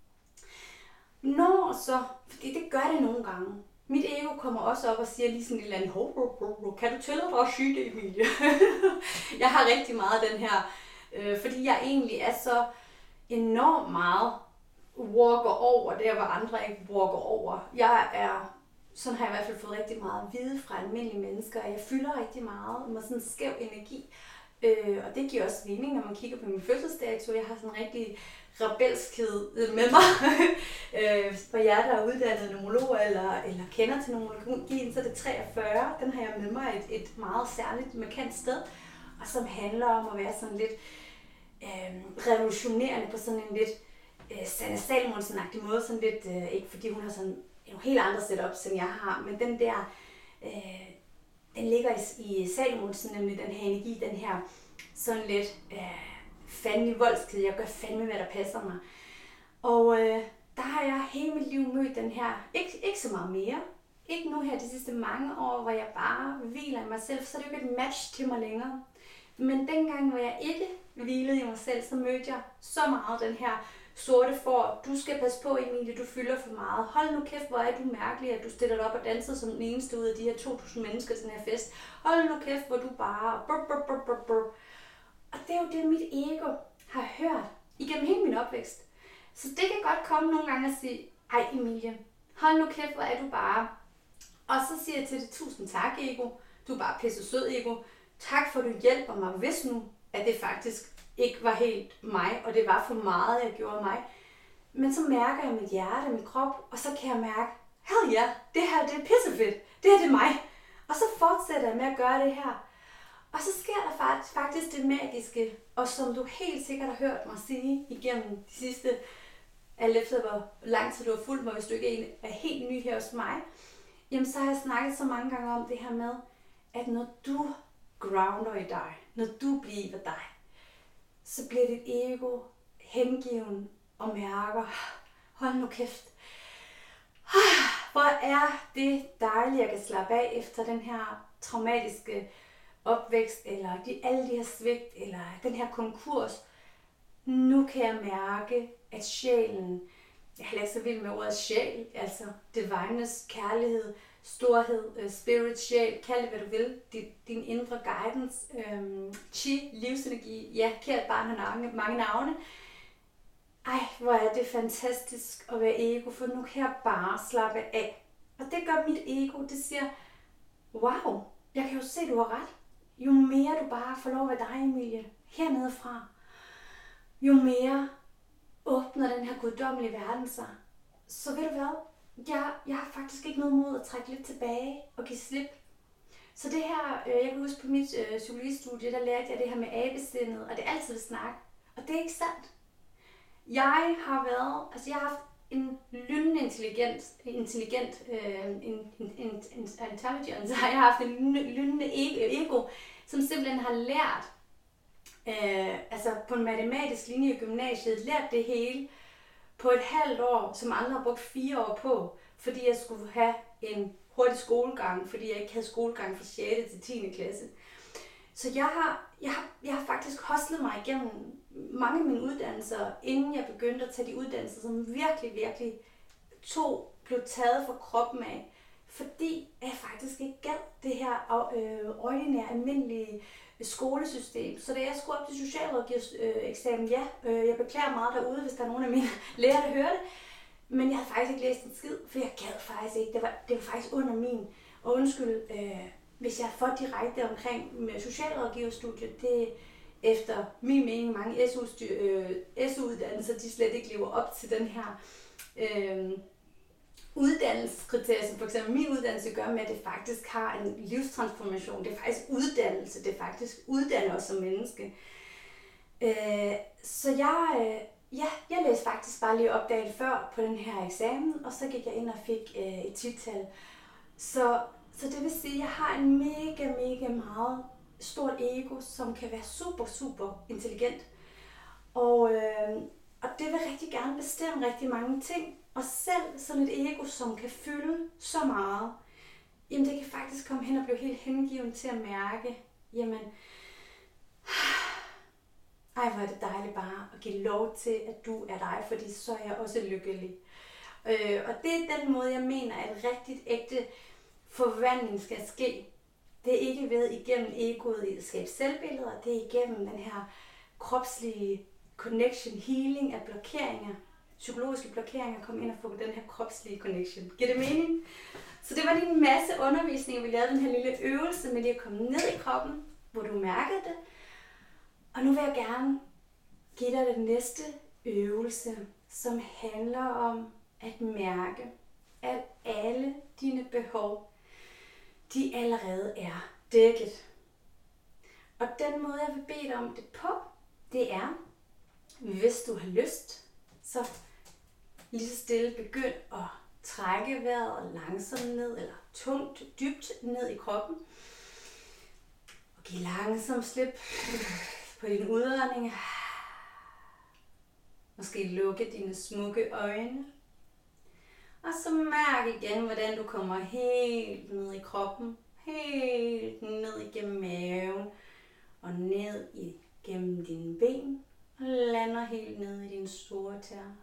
Når så, fordi det gør det nogle gange. Mit ego kommer også op og siger lige sådan et eller andet, kan du tillade dig at sige det, Emilie? Jeg har rigtig meget den her, fordi jeg egentlig er så enormt meget walker over der, hvor andre ikke walker over. Sådan har jeg i hvert fald fået rigtig meget at vide fra almindelige mennesker, at jeg fylder rigtig meget med sådan en skæv energi. Og det giver også mening, når man kigger på min fødselsdato. Jeg har sådan en rigtig rebelskhed med mig. For jer, der er uddannet numerolog eller kender til numerologien, så er det 43. Den har jeg med mig et meget særligt markant sted, og som handler om at være sådan lidt revolutionerende på sådan en lidt Sanne Salomonsen-agtig måde. Sådan lidt, ikke fordi hun har sådan nogle helt andre setups, end jeg har, men den der, den ligger i Salomonsen, nemlig den her energi, den her sådan lidt fandme voldsked. Jeg gør fandme, hvad der passer mig. Og der har jeg hele mit liv mødt den her, ikke så meget mere, ikke nu her de sidste mange år, hvor jeg bare hviler i mig selv, så er det jo ikke et match til mig længere. Men dengang, hvor jeg ikke hvilede i mig selv, så mødte jeg så meget den her sorte får. Du skal passe på, Emilie, du fylder for meget. Hold nu kæft, hvor er du mærkelig, at du stiller dig op og danser som den eneste ud af de her 2.000 mennesker til den her fest. Hold nu kæft, hvor du bare... Og det er jo det, mit ego har hørt igennem hele min opvækst. Så det kan godt komme nogle gange og sige, ej Emilie, hold nu kæft, hvor er du bare... Og så siger jeg til det, tusind tak, ego. Du er bare pisse sød, ego. Tak for, at du hjælper mig, hvis nu, at det faktisk ikke var helt mig, og det var for meget, jeg gjorde mig. Men så mærker jeg mit hjerte, min krop, og så kan jeg mærke, hell ja, det her det er pissefedt. Det her det er mig. Og så fortsætter jeg med at gøre det her. Og så sker der faktisk det magiske, og som du helt sikkert har hørt mig sige igennem de sidste, alt efter hvor lang tid du har fulgt mig, hvis du ikke er helt ny her hos mig, jamen så har jeg snakket så mange gange om det her med, at når du grounder i dig, når du bliver dig, så bliver dit ego hengiven og mærker, hold nu kæft, hvor er det dejligt, jeg kan slappe af efter den her traumatiske opvækst, eller alle de her svigt, eller den her konkurs. Nu kan jeg mærke, at sjælen, jeg er ikke så vild med ordet sjæl, altså divines kærlighed, storhed, spirit, sjæl, kald det hvad du vil, din indre guidance, chi, livsenergi, ja, kært barn har mange navne. Ej, hvor er det fantastisk at være ego, for nu kan jeg bare slappe af. Og det gør mit ego, det siger, wow, jeg kan jo se, du har ret. Jo mere du bare får lov at være dig, Emilie, hernede fra, jo mere åbner den her guddommelige verden sig. Så ved du hvad? Jeg har faktisk ikke noget mod at trække lidt tilbage og give slip. Så det her, jeg kan huske på mit psykologistudie, der lærte jeg det her med abesindet, og det er altid snak. Og det er ikke sandt. Jeg har haft en lynende intelligence, jeg har haft en lynende ego, som simpelthen har lært, på en matematisk linje i gymnasiet, lært det hele på et halvt år, som andre har brugt 4 år på, fordi jeg skulle have en hurtig skolegang, fordi jeg ikke havde skolegang fra 6. til 10. klasse. Så jeg har faktisk hustlet mig igennem mange af mine uddannelser, inden jeg begyndte at tage de uddannelser, som virkelig blev taget fra kroppen af, fordi jeg faktisk ikke gad det her ordinære, almindelige skolesystem. Så da jeg skulle op til socialrådgivereksamen, jeg beklager meget derude, hvis der er nogen af mine lærere, der hører det, men jeg havde faktisk ikke læst en skid, for jeg gad faktisk ikke. Det var faktisk under min, og undskyld, hvis jeg får direkte omkring med socialrådgiverstudiet, det efter min mening mange SU-uddannelser, de slet ikke lever op til den her uddannelseskriterier, som for eksempel min uddannelse gør med, at det faktisk har en livstransformation. Det er faktisk uddannelse, det er faktisk uddanner os som menneske. Så jeg læste faktisk bare lige op dagen før på den her eksamen, og så gik jeg ind og fik et 10-tal. Så det vil sige, at jeg har en mega meget stort ego, som kan være super intelligent. Og det vil rigtig gerne bestemme rigtig mange ting. Og selv sådan et ego, som kan fylde så meget, jamen det kan faktisk komme hen og blive helt hengiven til at mærke, jamen, ej hvor er det dejligt bare at give lov til, at du er dig, fordi så er jeg også lykkelig. Og det er den måde, jeg mener, at rigtigt ægte forvandling skal ske. Det er ikke ved igennem egoet i at skabe selvbilleder, det er igennem den her kropslige connection, healing af blokeringer, psykologiske blokeringer, komme ind og få den her kropslige connection. Giver det mening? Så det var lige en masse undervisning, vi lavede den her lille øvelse med lige at komme ned i kroppen, hvor du mærkede det. Og nu vil jeg gerne give dig den næste øvelse, som handler om at mærke, at alle dine behov, de allerede er dækket. Og den måde, jeg vil bede dig om det på, det er, hvis du har lyst, så lige så stille begynd at trække vejret langsomt ned, eller tungt, dybt ned i kroppen. Og giv langsomt slip på din udånding. Måske lukke dine smukke øjne. Og så mærk igen, hvordan du kommer helt ned i kroppen. Helt ned igennem maven. Og ned igennem dine ben. Og lander helt ned i dine store tæer.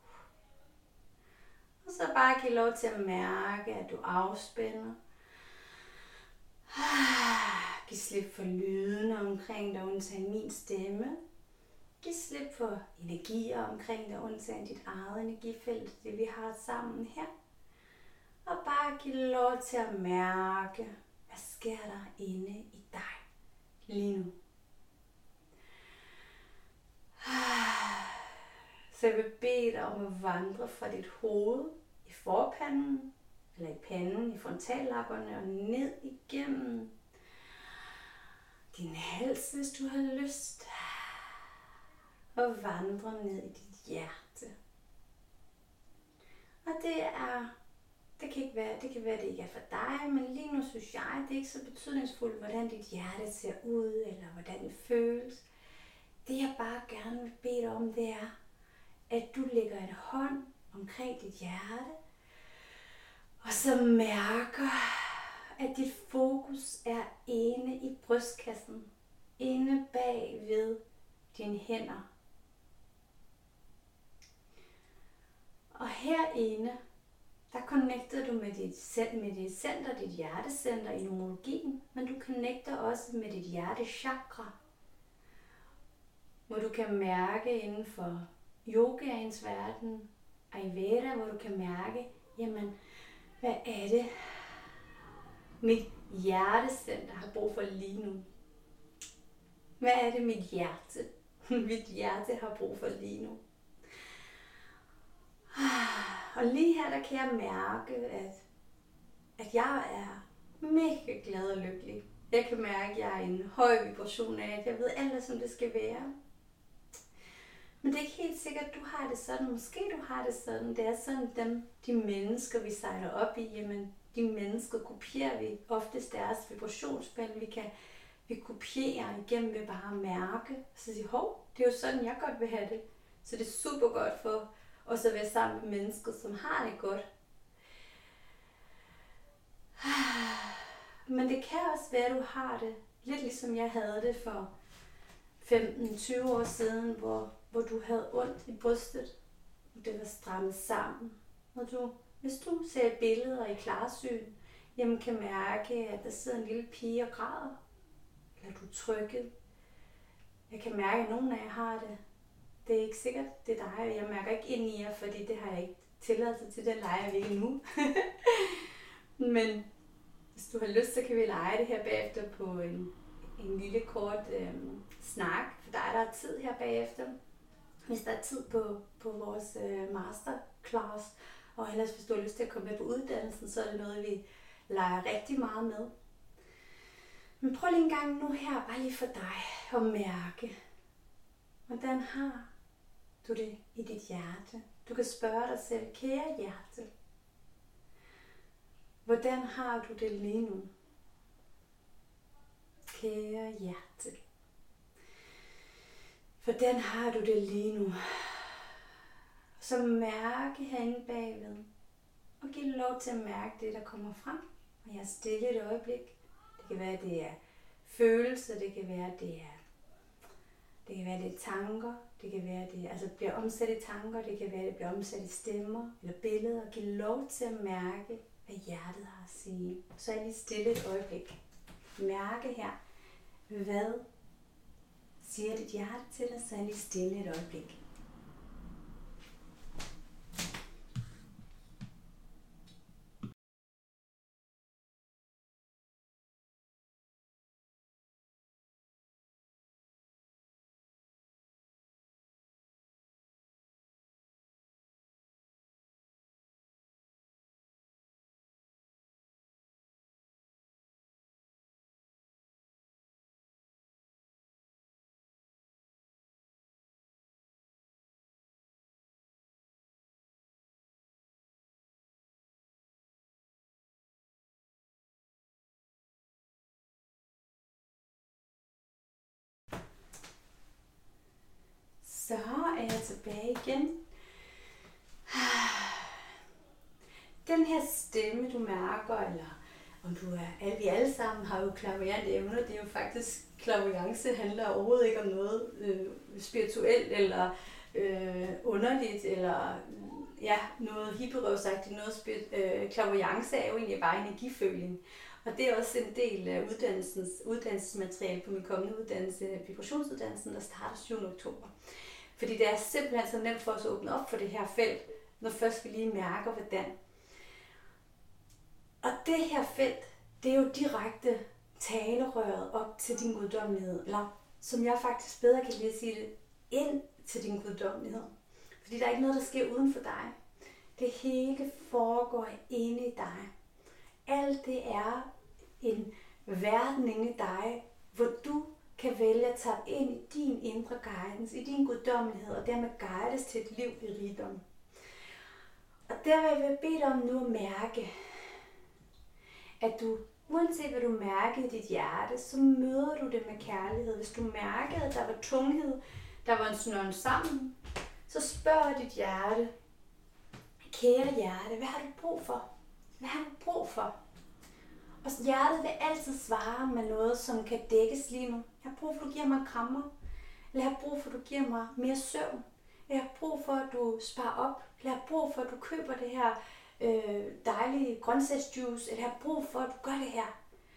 Og så bare giv lov til at mærke, at du afspænder. Giv slip for lydene omkring dig, undtagen min stemme. Giv slip for energier omkring dig, undtagen dit eget energifelt, det vi har sammen her. Og bare giv lov til at mærke, hvad sker der inde i dig lige nu. Så jeg vil bede dig om at vandre fra dit hoved i forpanden, eller i panden, i frontallapperne og ned igennem din hals, hvis du har lyst. Og vandre ned i dit hjerte. Og det kan være, det ikke er for dig, men lige nu synes jeg, det er ikke så betydningsfuldt, hvordan dit hjerte ser ud, eller hvordan det føles. Det jeg bare gerne vil bede dig om, det er, at du lægger en hånd omkring dit hjerte, og så mærker, at dit fokus er inde i brystkassen, inde bag ved dine hænder. Og herinde, der connecter du med dit center, dit hjertecenter i numerologien, men du connecter også med dit hjertechakra, hvor du kan mærke inden for yogaens verden, Ayurveda, hvor du kan mærke, jamen, hvad er det, mit hjertecenter har brug for lige nu? Hvad er det, mit hjerte har brug for lige nu? Og lige her, der kan jeg mærke, at jeg er mega glad og lykkelig. Jeg kan mærke, at jeg er i en høj vibration af, at jeg ved alt, som det skal være. Men det er ikke helt sikkert, at du har det sådan. Måske du har det sådan. Det er sådan, de mennesker, vi sejler op i, jamen, de mennesker kopierer vi oftest deres vibrationsbænd. Vi kopierer igennem ved bare at mærke. Så sige, hov, det er jo sådan, jeg godt vil have det. Så det er super godt for os at være sammen med mennesker, som har det godt. Men det kan også være, at du har det lidt ligesom jeg havde det for 15-20 år siden, hvor du havde ondt i brystet, og det var strammet sammen. Og hvis du ser billeder i klarsyn, jamen kan mærke, at der sidder en lille pige og græder, eller du er trykket. Jeg kan mærke, at nogen af jer har det. Det er ikke sikkert, det er dig, og jeg mærker ikke ind i jer, fordi det har jeg ikke tilladelse til, den leger vi ikke nu. Men hvis du har lyst, så kan vi lege det her bagefter på en lille kort snak, for der er tid her bagefter. Hvis der er tid på vores masterclass, og ellers hvis du har lyst til at komme med på uddannelsen, så er det noget, vi leger rigtig meget med. Men prøv lige en gang nu her, bare lige for dig, at mærke, hvordan har du det i dit hjerte? Du kan spørge dig selv, kære hjerte, hvordan har du det lige nu? Kære hjerte, hvordan har du det lige nu? Så mærke herinde bagved, og giv lov til at mærke det, der kommer frem. Og jeg er stille et øjeblik. Det kan være, det er følelser, det kan være, det er tanker, det kan være, det bliver omsat i tanker, det kan være, det bliver omsat i stemmer eller billeder. Giv lov til at mærke, hvad hjertet har at sige. Så er jeg lige stille et øjeblik. Mærke her, hvad siger dit hjerte til dig, så er jeg lige stille et øjeblik. Så er jeg tilbage igen. den her stemme, du mærker, eller om du er, vi alle sammen har jo clairvoyante evner, det er jo faktisk, clairvoyance handler overhovedet ikke om noget spirituelt, eller underligt, eller noget hipperøvsagtigt, clairvoyance er jo egentlig bare energiføling. Og det er også en del af uddannelsesmateriale på min kommende uddannelse, vibrationsuddannelsen, der starter 7. oktober. Fordi det er simpelthen så nemt for os at åbne op for det her felt, når først vi lige mærker, hvordan. Og det her felt, det er jo direkte talerøret op til din guddommelighed, eller som jeg faktisk bedre kan lide at sige det, ind til din guddommelighed. Fordi der er ikke noget, der sker uden for dig. Det hele foregår inde i dig. Alt det er en verden inde i dig, hvor du kan vælge at tage ind i din indre guidance, i din guddommelighed, og dermed guides til et liv i rigdom. Og der vil jeg bede dig om nu at mærke, at du, uanset hvad du mærker i dit hjerte, så møder du det med kærlighed. Hvis du mærker, at der var tunghed, der var en snøren sammen, så spørg dit hjerte, kære hjerte, hvad har du brug for? Hvad har du brug for? Og hjertet vil altid svare med noget, som kan dækkes lige nu. Jeg har brug for, at du giver mig krammer. Eller jeg har brug for, at du giver mig mere søvn. Jeg har brug for, at du sparer op. Eller jeg har brug for, at du køber det her dejlige grøntsagsjuice. Eller jeg har brug for, at du gør det her.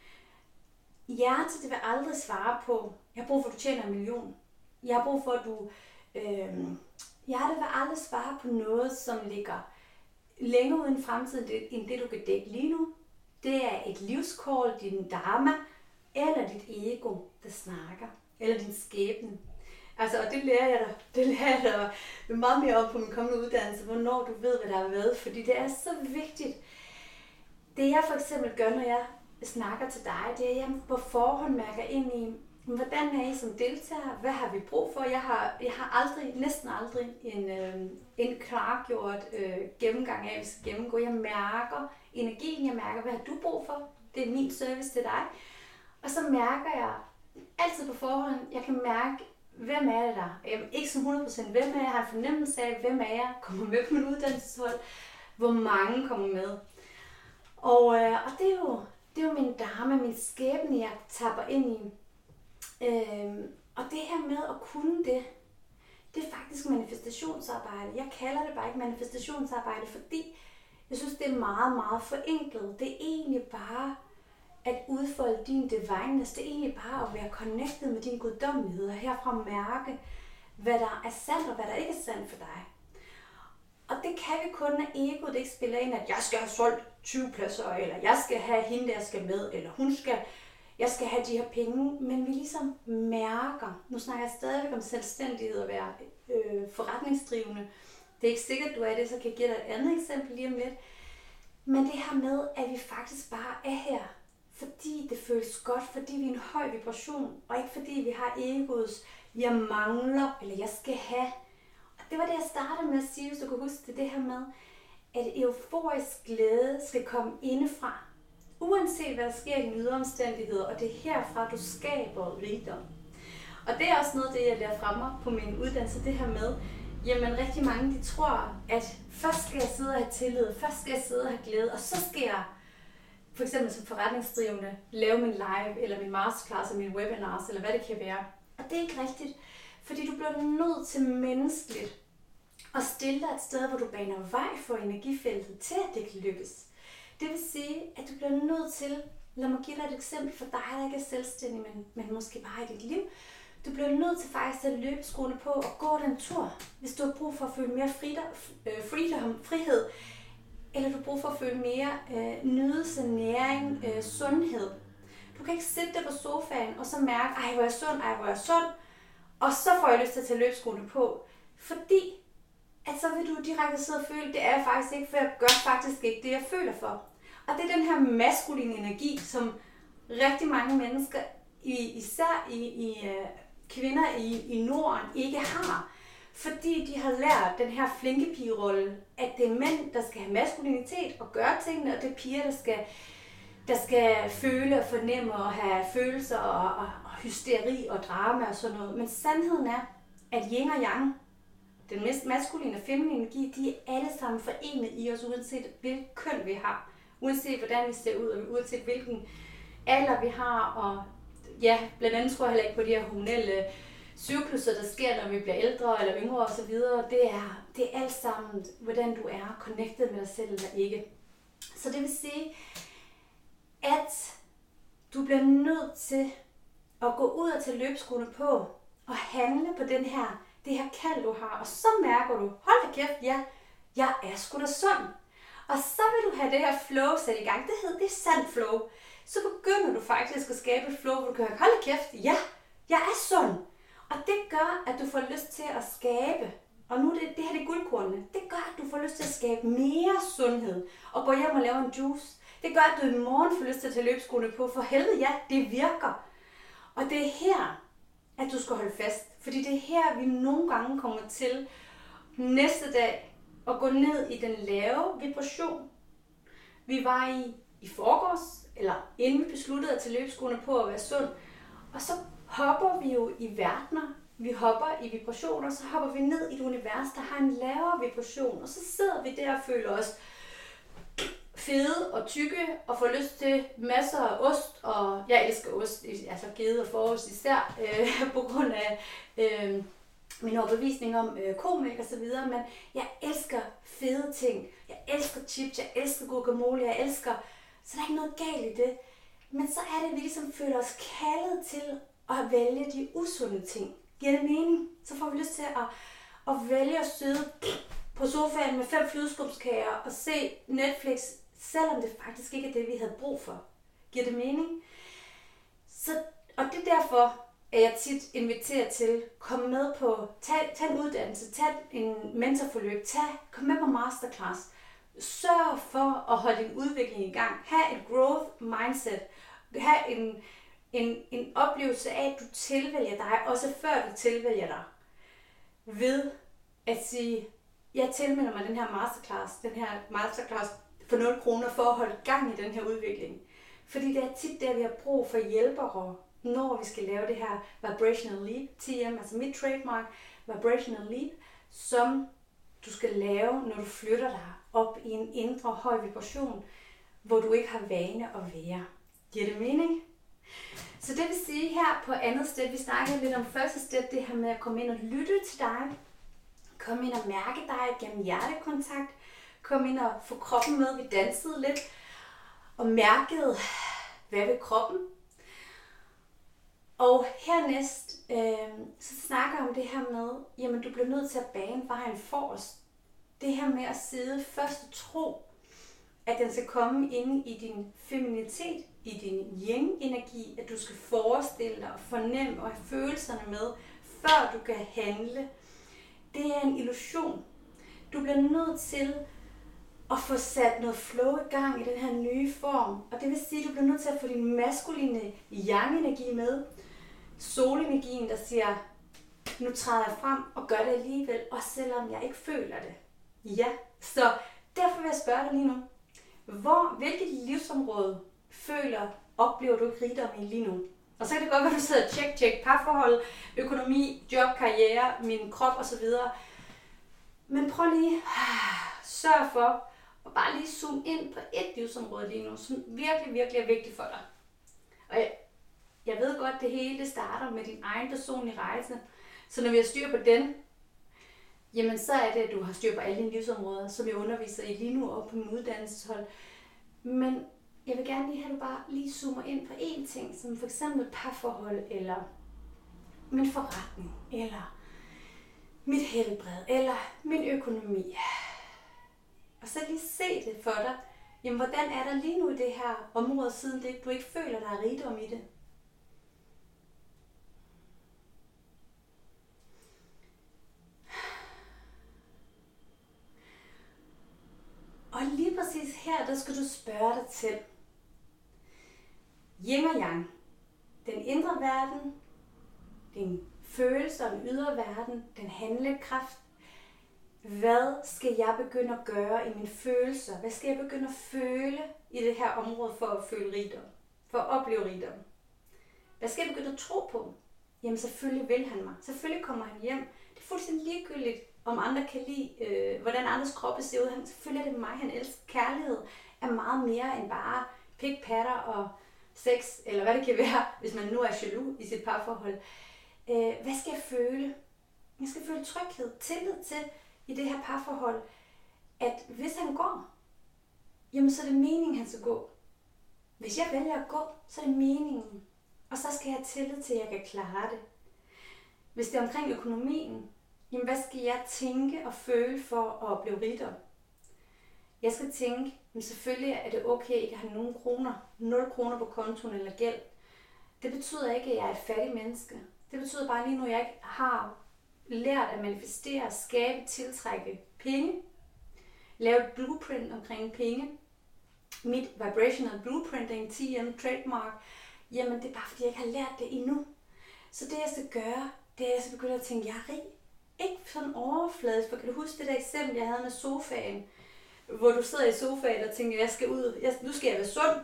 Hjertet det vil aldrig svare på, jeg har brug for, at du tjener 1 million. Jeg har brug for, at du... hjertet vil aldrig svare på noget, som ligger længere uden fremtiden, end det du kan dække lige nu. Det er et livskål, din dharma, eller dit ego, der snakker. Eller din skæbne. Altså, og det lærer jeg dig meget mere om på min kommende uddannelse, hvornår du ved, hvad der er hvad. Fordi det er så vigtigt. Det jeg for eksempel gør, når jeg snakker til dig, det er, at jeg på forhånd mærker ind i, hvordan er I som deltager? Hvad har vi brug for? Jeg har næsten aldrig en klargjort gennemgang af, hvad vi skal gennemgå. Jeg mærker energien, jeg mærker, hvad har du brug for? Det er min service til dig. Og så mærker jeg altid på forhånd, jeg kan mærke, hvem er det der? Ikke som 100%, hvem er jeg? Jeg har en fornemmelse af, hvem er jeg? Kommer med på min uddannelseshold? Hvor mange kommer med? Og det er jo min dharma, min skæbne, jeg tapper ind i. Og det her med at kunne det er faktisk manifestationsarbejde. Jeg kalder det bare ikke manifestationsarbejde, fordi jeg synes, det er meget, meget forenklet. Det er egentlig bare at udfolde din divineness. Det er egentlig bare at være connected med din guddommelighed, og herfra mærke, hvad der er sandt og hvad der ikke er sandt for dig. Og det kan vi kun, når egoet ikke spiller ind, at jeg skal have solgt 20 pladser, eller jeg skal have hende, der skal med, eller jeg skal have de her penge, men vi ligesom mærker. Nu snakker jeg stadigvæk om selvstændighed og være forretningsdrivende. Det er ikke sikkert, du er det, så kan jeg give dig et andet eksempel lige om lidt. Men det her med, at vi faktisk bare er her, fordi det føles godt, fordi vi er en høj vibration, og ikke fordi vi har egoets, jeg mangler, eller jeg skal have. Og det var det, jeg startede med at sige, hvis du kan huske det her med, at euforisk glæde skal komme indefra. Uanset hvad der sker i dine ydre omstændigheder, og det er herfra, du skaber rigdom. Og det er også noget, det jeg lærer fremme på min uddannelse, det her med, jamen rigtig mange, de tror, at først skal jeg sidde og have tillid, først skal jeg sidde og have glæde, og så skal jeg, for eksempel som forretningsdrivende, lave min live, eller min masterclass, eller min webinars, eller hvad det kan være. Og det er ikke rigtigt, fordi du bliver nødt til menneskeligt at stille dig et sted, hvor du baner vej for energifeltet til, at det kan lykkes. Det vil sige, at du bliver nødt til, lad mig give dig et eksempel for dig, der ikke er selvstændig, men måske bare i dit liv. Du bliver nødt til faktisk at løbe skoene på og gå den tur, hvis du har brug for at føle mere frihed, eller du har brug for at føle mere nydelse, næring, sundhed. Du kan ikke sidde der på sofaen og så mærke, ej hvor er jeg sund, og så får jeg lyst til at tage løbeskoene på, fordi at så vil du direkte sidde og føle, det er jeg faktisk ikke, for jeg gør faktisk ikke det, jeg føler for. Og det er den her maskuline energi, som rigtig mange mennesker, især kvinder i Norden, ikke har. Fordi de har lært den her flinke pigerolle, at det er mænd, der skal have maskulinitet og gøre tingene, og det er piger, der skal føle og fornemme og have følelser og hysteri og drama og sådan noget. Men sandheden er, at yin og yang, den maskuline og feminine energi, de er alle sammen forenet i os, uanset hvilket køn vi har. Uanset hvordan vi ser ud, og uanset hvilken alder vi har. Og ja, blandt andet tror jeg heller ikke på de her hormonelle cykluser, der sker, når vi bliver ældre eller yngre osv. Det er alt sammen, hvordan du er connected med dig selv eller ikke. Så det vil sige, at du bliver nødt til at gå ud og tage løbeskoene på og handle på det her kald, du har. Og så mærker du, hold da kæft, ja, jeg er sgu da sund. Og så vil du have det her flow sat i gang. Det er sand flow. Så begynder du faktisk at skabe et flow, hvor du kan høre, hold da kæft, ja, jeg er sund. Og det gør, at du får lyst til at skabe, og nu det her det er guldkornene, det gør, at du får lyst til at skabe mere sundhed, og gå hjem og lave en juice. Det gør, at du i morgen får lyst til at tage løbeskoene på, for helvede, ja, det virker. Og det er her, at du skal holde fast, fordi det er her, vi nogle gange kommer til næste dag at gå ned i den lave vibration, vi var i forgårs, eller inden vi besluttede at tage løbeskoene på at være sund. Og så hopper vi jo i verdener, vi hopper i vibrationer, så hopper vi ned i et univers, der har en lavere vibration, og så sidder vi der og føler os fede og tykke, og får lyst til masser af ost, og jeg elsker ost, altså gede og forost især, på grund af min overbevisning om komælk og så videre, men jeg elsker fede ting, jeg elsker chips, jeg elsker guacamole, jeg elsker, så der er ikke noget galt i det, men så er det, at vi ligesom føler os kaldet til at vælge de usunde ting. Giver det mening? Så får vi lyst til at vælge at sidde på sofaen med 5 flødeskumskager og se Netflix, selvom det faktisk ikke er det, vi havde brug for. Giver det mening? Og det er derfor, at jeg tit inviterer til, kom med på, tag en uddannelse, tag en mentorforløb, kom med på masterclass. Sørg for at holde din udvikling i gang. Ha' et growth mindset. Ha' en oplevelse af, at du tilvælger dig, også før du tilvælger dig. Ved at sige, jeg tilmelder mig den her masterclass for 0 kroner for at holde gang i den her udvikling. Fordi det er tit der, vi har brug for hjælpere, når vi skal lave det her vibrational leap, TM, altså mit trademark, vibrational leap, som du skal lave, når du flytter dig op i en indre høj vibration, hvor du ikke har vane at være. Giver det mening? Så det vil sige her på andet sted, vi snakkede lidt om første step, det her med at komme ind og lytte til dig, komme ind og mærke dig gennem hjertekontakt, komme ind og få kroppen med, vi dansede lidt, og mærkede, hvad ved kroppen. Og hernæst, så snakker jeg om det her med, jamen du bliver nødt til at bane vejen for os. Det her med at sidde først og tro, at den skal komme inde i din feminitet, i din yin-energi, at du skal forestille dig og fornemme og have følelserne med, før du kan handle. Det er en illusion. Du bliver nødt til at få sat noget flow i gang i den her nye form. Og det vil sige, at du bliver nødt til at få din maskuline yang-energi med. Solenergien, der siger, nu træder jeg frem og gør det alligevel, også selvom jeg ikke føler det. Ja, så derfor vil jeg spørge dig lige nu. Hvilket livsområde oplever du ikke rigdom i lige nu? Og så kan det godt være, at du sidder og tjek parforhold, økonomi, job, karriere, min krop osv. Men prøv lige sørg for at bare lige zoome ind på et livsområde lige nu, som virkelig, virkelig er vigtigt for dig. Og jeg ved godt, det hele det starter med din egen personlige rejse. Så når vi har styr på den, jamen så er det, at du har styr på alle dine livsområder, som jeg underviser i lige nu og på min uddannelseshold. Men jeg vil gerne lige have, at du bare lige zoomer ind på én ting, som for eksempel parforhold, eller min forretning, eller mit helbred, eller min økonomi. Og så lige se det for dig. Jamen, hvordan er der lige nu i det her område, siden det, du ikke føler, der er rigdom i det? Og lige præcis her, der skal du spørge dig til yin og yang. Den indre verden, din følelse og den ydre verden, den handlekraft. Hvad skal jeg begynde at gøre i mine følelser? Hvad skal jeg begynde at føle i det her område for at føle rigdom? For at opleve rigdom? Hvad skal jeg begynde at tro på? Jamen selvfølgelig vil han mig. Selvfølgelig kommer han hjem. Det er fuldstændig ligegyldigt, om andre kan lide, hvordan andres kroppe ser ud. Selvfølgelig er det mig, han elsker. Kærlighed er meget mere end bare pik, patter og sex, eller hvad det kan være, hvis man nu er jaloux i sit parforhold. Hvad skal jeg føle? Jeg skal føle tryghed, tillid til i det her parforhold, at hvis han går, jamen så er det meningen, han skal gå. Hvis jeg vælger at gå, så er det meningen. Og så skal jeg have tillid til, at jeg kan klare det. Hvis det er omkring økonomien, jamen hvad skal jeg tænke og føle for at blive rigdom? Jeg skal tænke, men selvfølgelig er det okay ikke at have nogen kroner, 0 kroner på kontoen eller gæld. Det betyder ikke, at jeg er et fattigt menneske. Det betyder bare lige nu, at jeg ikke har lært at manifestere, skabe, tiltrække penge. Lave et blueprint omkring penge. Mit vibrational blueprinting, TM trademark, jamen det er bare fordi, jeg ikke har lært det endnu. Så det jeg skal gøre, det er, at jeg skal begynde at tænke, at jeg er rig. Ikke sådan overfladisk, for kan du huske det der eksempel, jeg havde med sofaen? Hvor du sidder i sofaen og tænker, jeg skal ud, nu skal jeg være sund.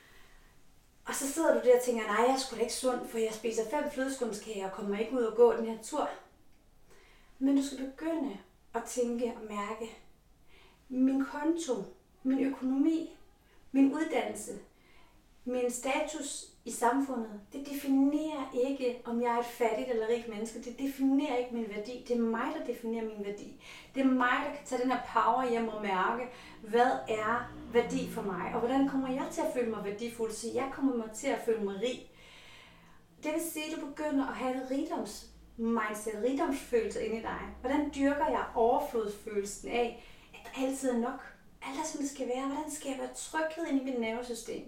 Og så sidder du der og tænker, nej, jeg er sgu da ikke sund, for jeg spiser 5 flødeskumskager og kommer ikke ud og gå den her tur. Men du skal begynde at tænke og mærke, min konto, min økonomi, min uddannelse, min status i samfundet, det definerer ikke, om jeg er et fattigt eller rigt menneske. Det definerer ikke min værdi. Det er mig, der definerer min værdi. Det er mig, der kan tage den her power hjem og mærke, hvad er værdi for mig, og hvordan kommer jeg til at føle mig værdifuld, så jeg kommer til at føle mig rig. Det vil sige, at du begynder at have et rigdomsmindset, rigdomsfølelse inde i dig. Hvordan dyrker jeg overflodsfølelsen af, at der altid er nok? Alt er, som det skal være. Hvordan skaber jeg tryghed ind i mit nervesystem?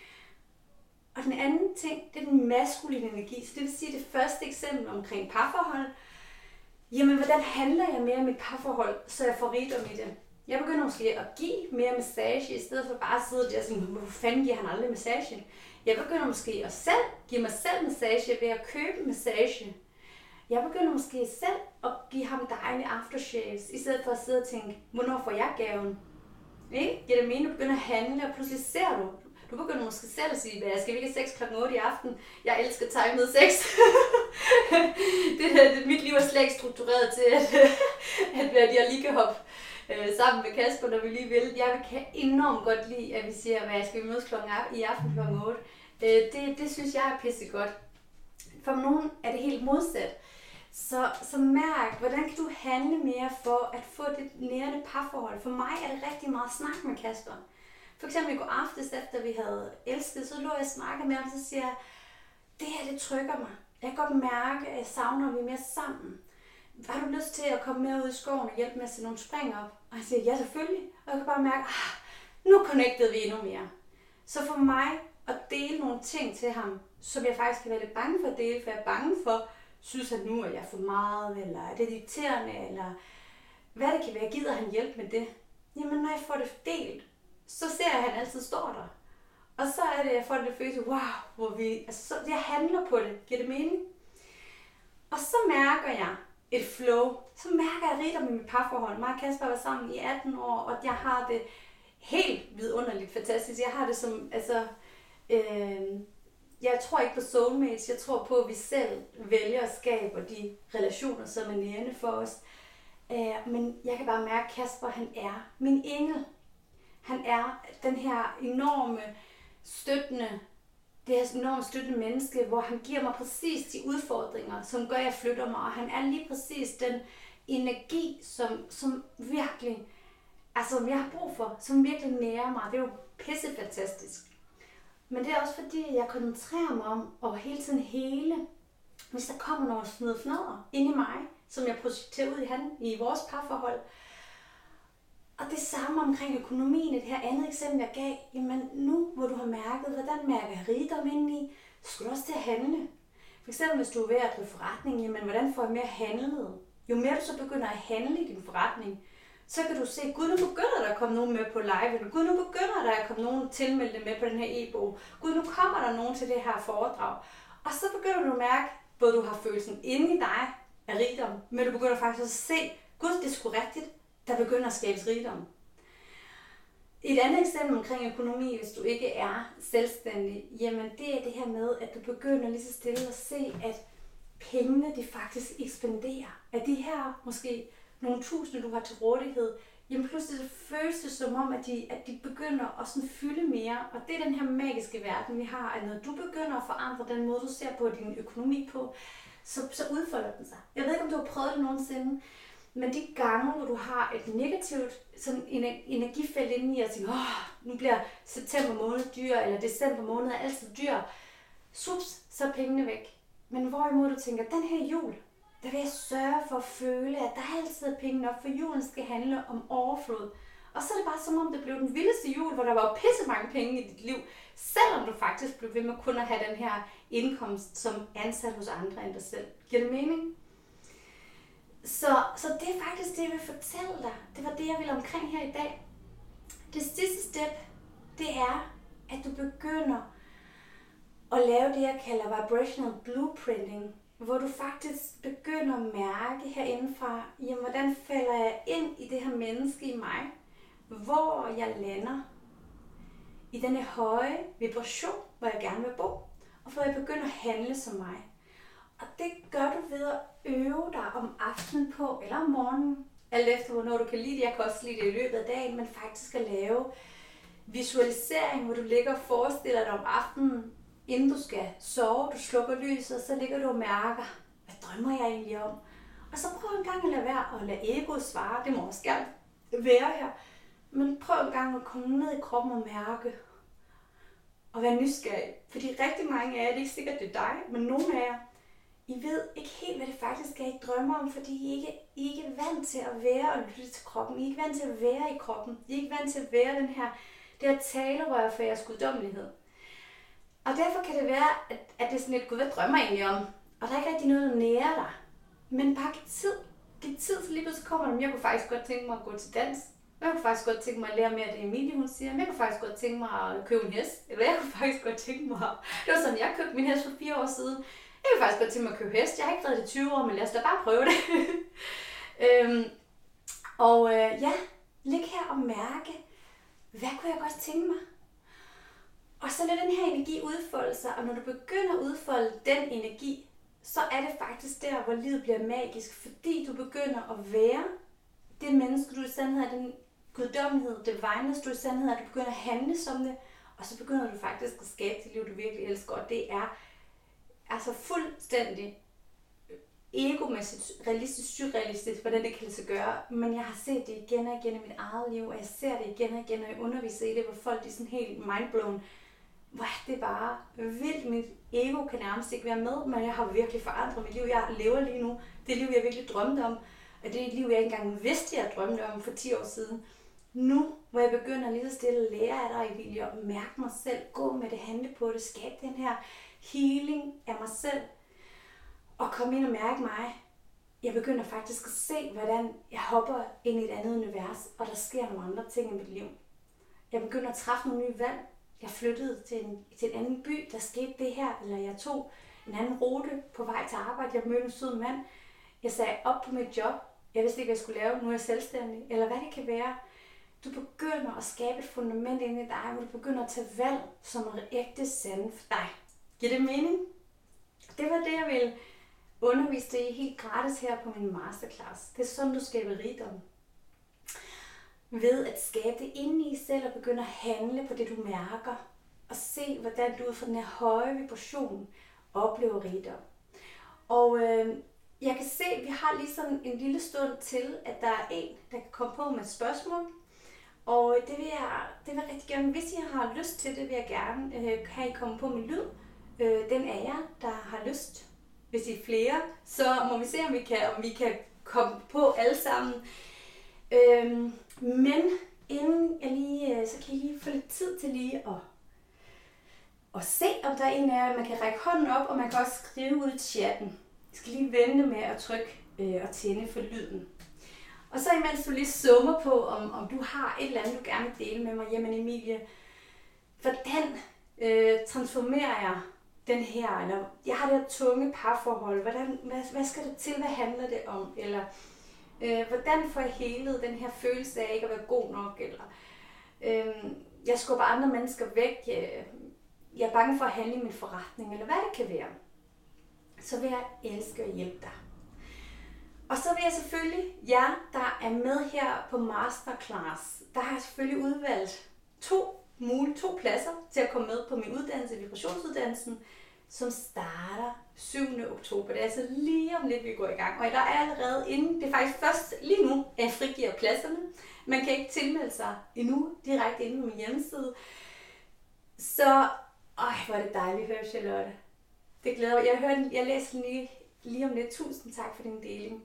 Og den anden ting, det er den maskuline energi. Så det vil sige, det første eksempel omkring parforhold. Jamen, hvordan handler jeg mere om mit parforhold, så jeg får rigdom i det? Jeg begynder måske at give mere massage, i stedet for bare at sidde der og sige, hvor fanden giver han aldrig massage? Jeg begynder måske at selv give mig selv massage ved at købe massage. Jeg begynder måske selv at give ham dejlige aftershaves, i stedet for at sidde og tænke, hvornår får jeg gaven? Ikke? Giver det mening, du begynder at handle, og pludselig ser du. Du begynder måske selv at sige, hvad skal vi ikke have sex kl. 8 i aften? Jeg elsker timet sex. Mit liv er slet ikke struktureret til, at jeg lige kan hoppe sammen med Kasper, når vi lige vil. Jeg kan enormt godt lide, at vi siger, hvad skal vi mødes i aften kl. 8. Det synes jeg er pissegodt. For nogen er det helt modsat. Så mærk, hvordan kan du handle mere for at få det nærende parforhold? For mig er det rigtig meget snak med Kasper. For eksempel i går aftes, efter vi havde elsket, så lå jeg og snakkede med ham, så siger jeg, det her det trykker mig. Jeg kan godt mærke, at jeg savner, at vi er mere sammen. Har du lyst til at komme med ud i skoven og hjælpe med at sætte nogle spring op? Og han siger, ja selvfølgelig. Og jeg kan bare mærke, nu connectede vi endnu mere. Så for mig at dele nogle ting til ham, som jeg faktisk kan være lidt bange for at dele, for jeg er bange for, synes han nu, at jeg er for meget, eller er det irriterende, eller hvad det kan være, gider han hjælp med det? Jamen når jeg får det delt, så ser jeg, at han altid står der. Og så er det, jeg får det følelse, wow, jeg handler på det. Giver det mening? Og så mærker jeg et flow. Så mærker jeg rigdom i mit parforhold. Mig og Kasper var sammen i 18 år, og jeg har det helt vidunderligt fantastisk. Jeg har det som, jeg tror ikke på soulmates. Jeg tror på, at vi selv vælger at skabe de relationer, som er nærende for os. Men jeg kan bare mærke, at Kasper, han er min engel. Han er den her enormt støttende menneske, hvor han giver mig præcis de udfordringer, som gør, at jeg flytter mig. Og han er lige præcis den energi, som virkelig, som jeg har brug for, som virkelig nærer mig. Det er jo pissefantastisk. Men det er også fordi, jeg koncentrerer mig om at hele tiden hele, hvis der kommer noget fnidder ind i mig, som jeg projekterer ud i vores parforhold. Og det samme omkring økonomien, det her andet eksempel, jeg gav, jamen nu, hvor du har mærket, hvordan mærker jeg rigdom indeni, så skal du også til at handle. For eksempel, hvis du er ved at drive forretning, jamen hvordan får jeg mere handlet? Jo mere du så begynder at handle i din forretning, så kan du se, gud, nu begynder der at komme nogen med på live, gud, nu begynder der at komme nogen tilmeldte med på den her e-bog, gud, nu kommer der nogen til det her foredrag. Og så begynder du at mærke, hvor du har følelsen inde i dig af rigdom, men du begynder faktisk at se, gud, det er sgu rigtigt. Der begynder at skabes rigdom. Et andet eksempel omkring økonomi, hvis du ikke er selvstændig, jamen det er det her med, at du begynder lige så stille at se, at pengene de faktisk ekspanderer. At de her måske nogle tusinde, du har til rådighed, jamen pludselig så føles det som om, at de begynder at sådan fylde mere. Og det er den her magiske verden, vi har, at når du begynder at forandre den måde, du ser på din økonomi på, så udfolder den sig. Jeg ved ikke, om du har prøvet det nogensinde, men de gange, hvor du har et negativt sådan energifelt inde i, og tænker, nu bliver september måned dyr, eller december måned er altid dyr, sups, så er pengene væk. Men hvorimod du tænker, den her jul, der vil jeg sørge for at føle, at der altid er penge nok, for julen skal handle om overflod. Og så er det bare som om, det blev den vildeste jul, hvor der var pisse mange penge i dit liv, selvom du faktisk blev ved med kun at have den her indkomst som ansat hos andre end dig selv. Giver det mening? Så det er faktisk det, jeg vil fortælle dig. Det var det, jeg ville omkring her i dag. Det sidste step, det er, at du begynder at lave det, jeg kalder vibrational blueprinting, hvor du faktisk begynder at mærke herindefra, jamen, hvordan falder jeg ind i det her menneske i mig, hvor jeg lander i denne høje vibration, hvor jeg gerne vil bo, og hvor jeg begynder at handle som mig. Og det gør du ved at øve dig om aftenen på, eller om morgenen, alt efter hvornår du kan lide det. Jeg kan også lide det i løbet af dagen, men faktisk at lave visualisering, hvor du ligger og forestiller dig om aftenen, inden du skal sove, du slukker lyset, så ligger du og mærker, hvad drømmer jeg egentlig om? Og så prøv en gang at lade være og lade egoet svare, det må også gerne være her. Men prøv en gang at komme ned i kroppen og mærke, og være nysgerrig. Fordi rigtig mange af jer, det er ikke sikkert det er dig, men nogle af jer, I ved ikke helt, hvad det faktisk er, I drømmer om, fordi I ikke er vant til at være og lytte til kroppen. I er ikke vant til at være i kroppen. I er ikke vant til at være det her talerør for jeres guddommelighed. Og derfor kan det være, at det er sådan et, gud, hvad drømmer jeg egentlig om? Og der er ikke rigtig noget, der nærer dig. Men bare giv tid. Giv tid, så lige pludselig kommer der, jeg kunne faktisk godt tænke mig at gå til dans. Jeg kunne faktisk godt tænke mig at lære mere af det, Emilie hun siger. Jeg kunne faktisk godt tænke mig at købe en hest. Eller jeg kunne faktisk godt tænke mig det var sådan, jeg købte min hest for 4 år siden. Jeg kunne faktisk godt tænke mig at købe hest. Jeg har ikke reddet det 20 år, men lad os da bare prøve det. Lig her og mærke, hvad kunne jeg godt tænke mig? Og så lad den her energi udfolde sig, og når du begynder at udfolde den energi, så er det faktisk der, hvor livet bliver magisk, fordi du begynder at være det menneske, du i sandhed er, den guddommelighed, det vegnest, du i sandhed er, du begynder at handle som det, og så begynder du faktisk at skabe det liv, du virkelig elsker, og det er altså fuldstændig egomæssigt, realistisk, surrealistisk, hvordan det kan lade sig gøre, men jeg har set det igen og igen i mit eget liv, og jeg ser det igen og igen, når jeg underviser i det, hvor folk er sådan helt mindblown. Det er bare vildt, mit ego kan nærmest ikke være med, men jeg har virkelig forandret mit liv. Jeg lever lige nu det liv, jeg virkelig drømte om, og det er et liv, jeg ikke engang vidste, jeg drømte om for 10 år siden. Nu, hvor jeg begynder lige så stille at lære af dig, Emilie, og mærke mig selv, gå med det, handle på det, skabe den her healing af mig selv, og komme ind og mærke mig. Jeg begynder faktisk at se, hvordan jeg hopper ind i et andet univers, og der sker nogle andre ting i mit liv. Jeg begynder at træffe nogle nye valg. Jeg flyttede til en anden by, der skete det her, eller jeg tog en anden rute på vej til arbejde. Jeg mødte en sød mand. Jeg sagde op på mit job. Jeg vidste ikke, hvad jeg skulle lave. Nu er jeg selvstændig. Eller hvad det kan være. Du begynder at skabe et fundament inde i dig, hvor du begynder at tage valg, som er ægte sande for dig. Giver det mening? Det var det, jeg ville undervise dig i helt gratis her på min masterclass. Det er sådan, du skaber rigdom. Ved at skabe det inde i selv og begynde at handle på det, du mærker. Og se, hvordan du ud fra den her høje vibration oplever rigdom. Og jeg kan se, at vi har lige sådan en lille stund til, at der er en, der kan komme på med et spørgsmål. Og det vil jeg rigtig gerne, hvis I har lyst til det, vil jeg gerne have I komme på med lyd. Den af jer, der har lyst. Hvis I er flere, så må vi se, om vi kan komme på alle sammen. Men inden jeg lige, så kan I lige få lidt tid til lige at se, om der er en af jer, man kan række hånden op, og man kan også skrive ud i chatten. Jeg skal lige vente med at trykke og tænde for lyden. Og så imens du lige summer på, om du har et eller andet, du gerne vil dele med mig, jamen Emilie, hvordan transformerer jeg den her, eller jeg har det her tunge parforhold, hvad skal det til, hvad handler det om, eller hvordan får jeg helet den her følelse af ikke at være god nok, eller jeg skubber andre mennesker væk, jeg er bange for at handle i min forretning, eller hvad det kan være, så vil jeg elske at hjælpe dig. Og så vil jeg selvfølgelig, jer der er med her på masterclass, der har jeg selvfølgelig udvalgt to pladser til at komme med på min uddannelse, vibrationsuddannelsen, som starter 7. oktober. Det er altså lige om lidt, vi går i gang. Og der er allerede inden, det er faktisk først lige nu, at jeg frigiver pladserne. Man kan ikke tilmelde sig endnu direkte inde på min hjemmeside. Så, hvor er det dejligt at høre, Charlotte. Det glæder mig. Jeg læser lige om lidt. Tusind tak for din deling.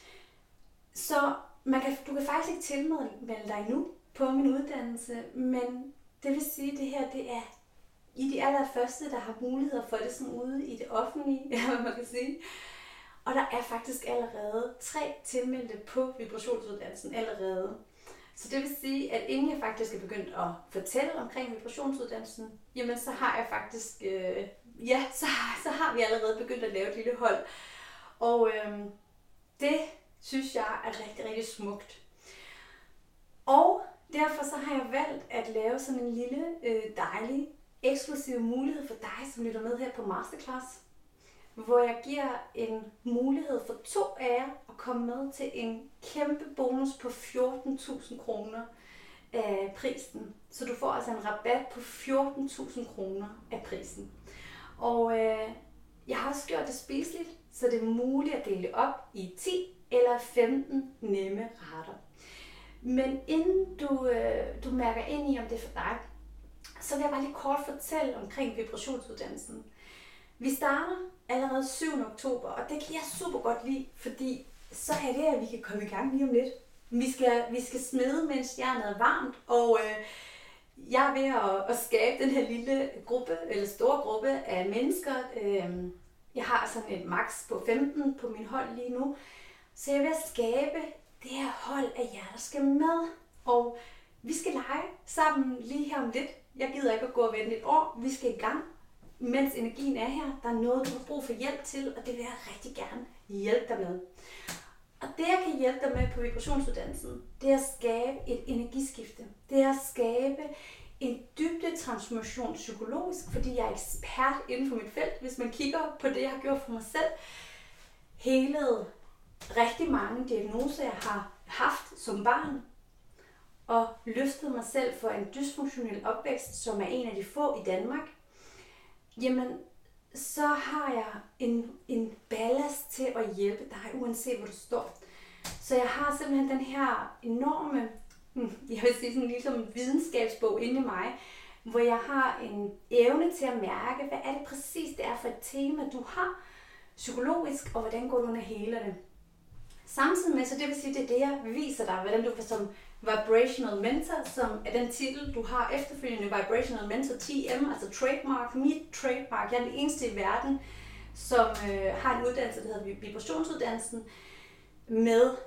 Så du kan faktisk ikke tilmelde dig endnu på min uddannelse, men det vil sige, at det her det er i de allerførste, der har muligheder for det sådan ude i det offentlige, hvad man kan sige. Og der er faktisk allerede 3 tilmeldte på vibrationsuddannelsen allerede. Så det vil sige, at inden jeg faktisk er begyndt at fortælle omkring vibrationsuddannelsen, jamen så har jeg faktisk, så har vi allerede begyndt at lave et lille hold. Og det synes jeg er rigtig, rigtig smukt. Og derfor så har jeg valgt at lave sådan en lille, dejlig, eksklusiv mulighed for dig, som lytter med her på Masterclass, hvor jeg giver en mulighed for 2 af jer at komme med til en kæmpe bonus på 14.000 kroner af prisen. Så du får altså en rabat på 14.000 kroner af prisen. Og jeg har også gjort det spiseligt, så det er muligt at dele op i 10 eller 15 nemme rater. Men inden du mærker ind i, om det er for dig, så vil jeg bare lige kort fortælle omkring vibrationsuddannelsen. Vi starter allerede 7. oktober, og det kan jeg super godt lide, fordi så er det, at vi kan komme i gang lige om lidt. Vi skal smede, mens jernet er varmt, og jeg er ved at skabe den her lille gruppe, eller store gruppe af mennesker. Jeg har sådan et max på 15 på min hold lige nu, så jeg er ved at skabe det her hold af jer, der skal med. Og vi skal lege sammen lige her om lidt. Jeg gider ikke at gå og vente et år. Vi skal i gang, mens energien er her. Der er noget, du har brug for hjælp til, og det vil jeg rigtig gerne hjælpe dig med. Og det, jeg kan hjælpe dig med på vibrationsuddannelsen, det er at skabe et energiskifte. Det er at skabe en dybdetransformation psykologisk, fordi jeg er ekspert inden for mit felt. Hvis man kigger på det, jeg har gjort for mig selv, helede rigtig mange diagnoser, jeg har haft som barn, og løftede mig selv for en dysfunktionel opvækst, som er en af de få i Danmark, jamen, så har jeg en ballast til at hjælpe dig, uanset hvor du står. Så jeg har simpelthen den her enorme, jeg vil sige sådan ligesom en videnskabsbog inde i mig, hvor jeg har en evne til at mærke, hvad er det præcis, det er for et tema, du har psykologisk, og hvordan går du under hele det. Samtidig med, så det vil sige, det er det, jeg viser dig, hvordan du kan som Vibrational Mentor, som er den titel, du har efterfølgende, Vibrational Mentor TM, altså trademark, mit trademark. Jeg er den eneste i verden, som har en uddannelse, der hedder vibrationsuddannelsen, med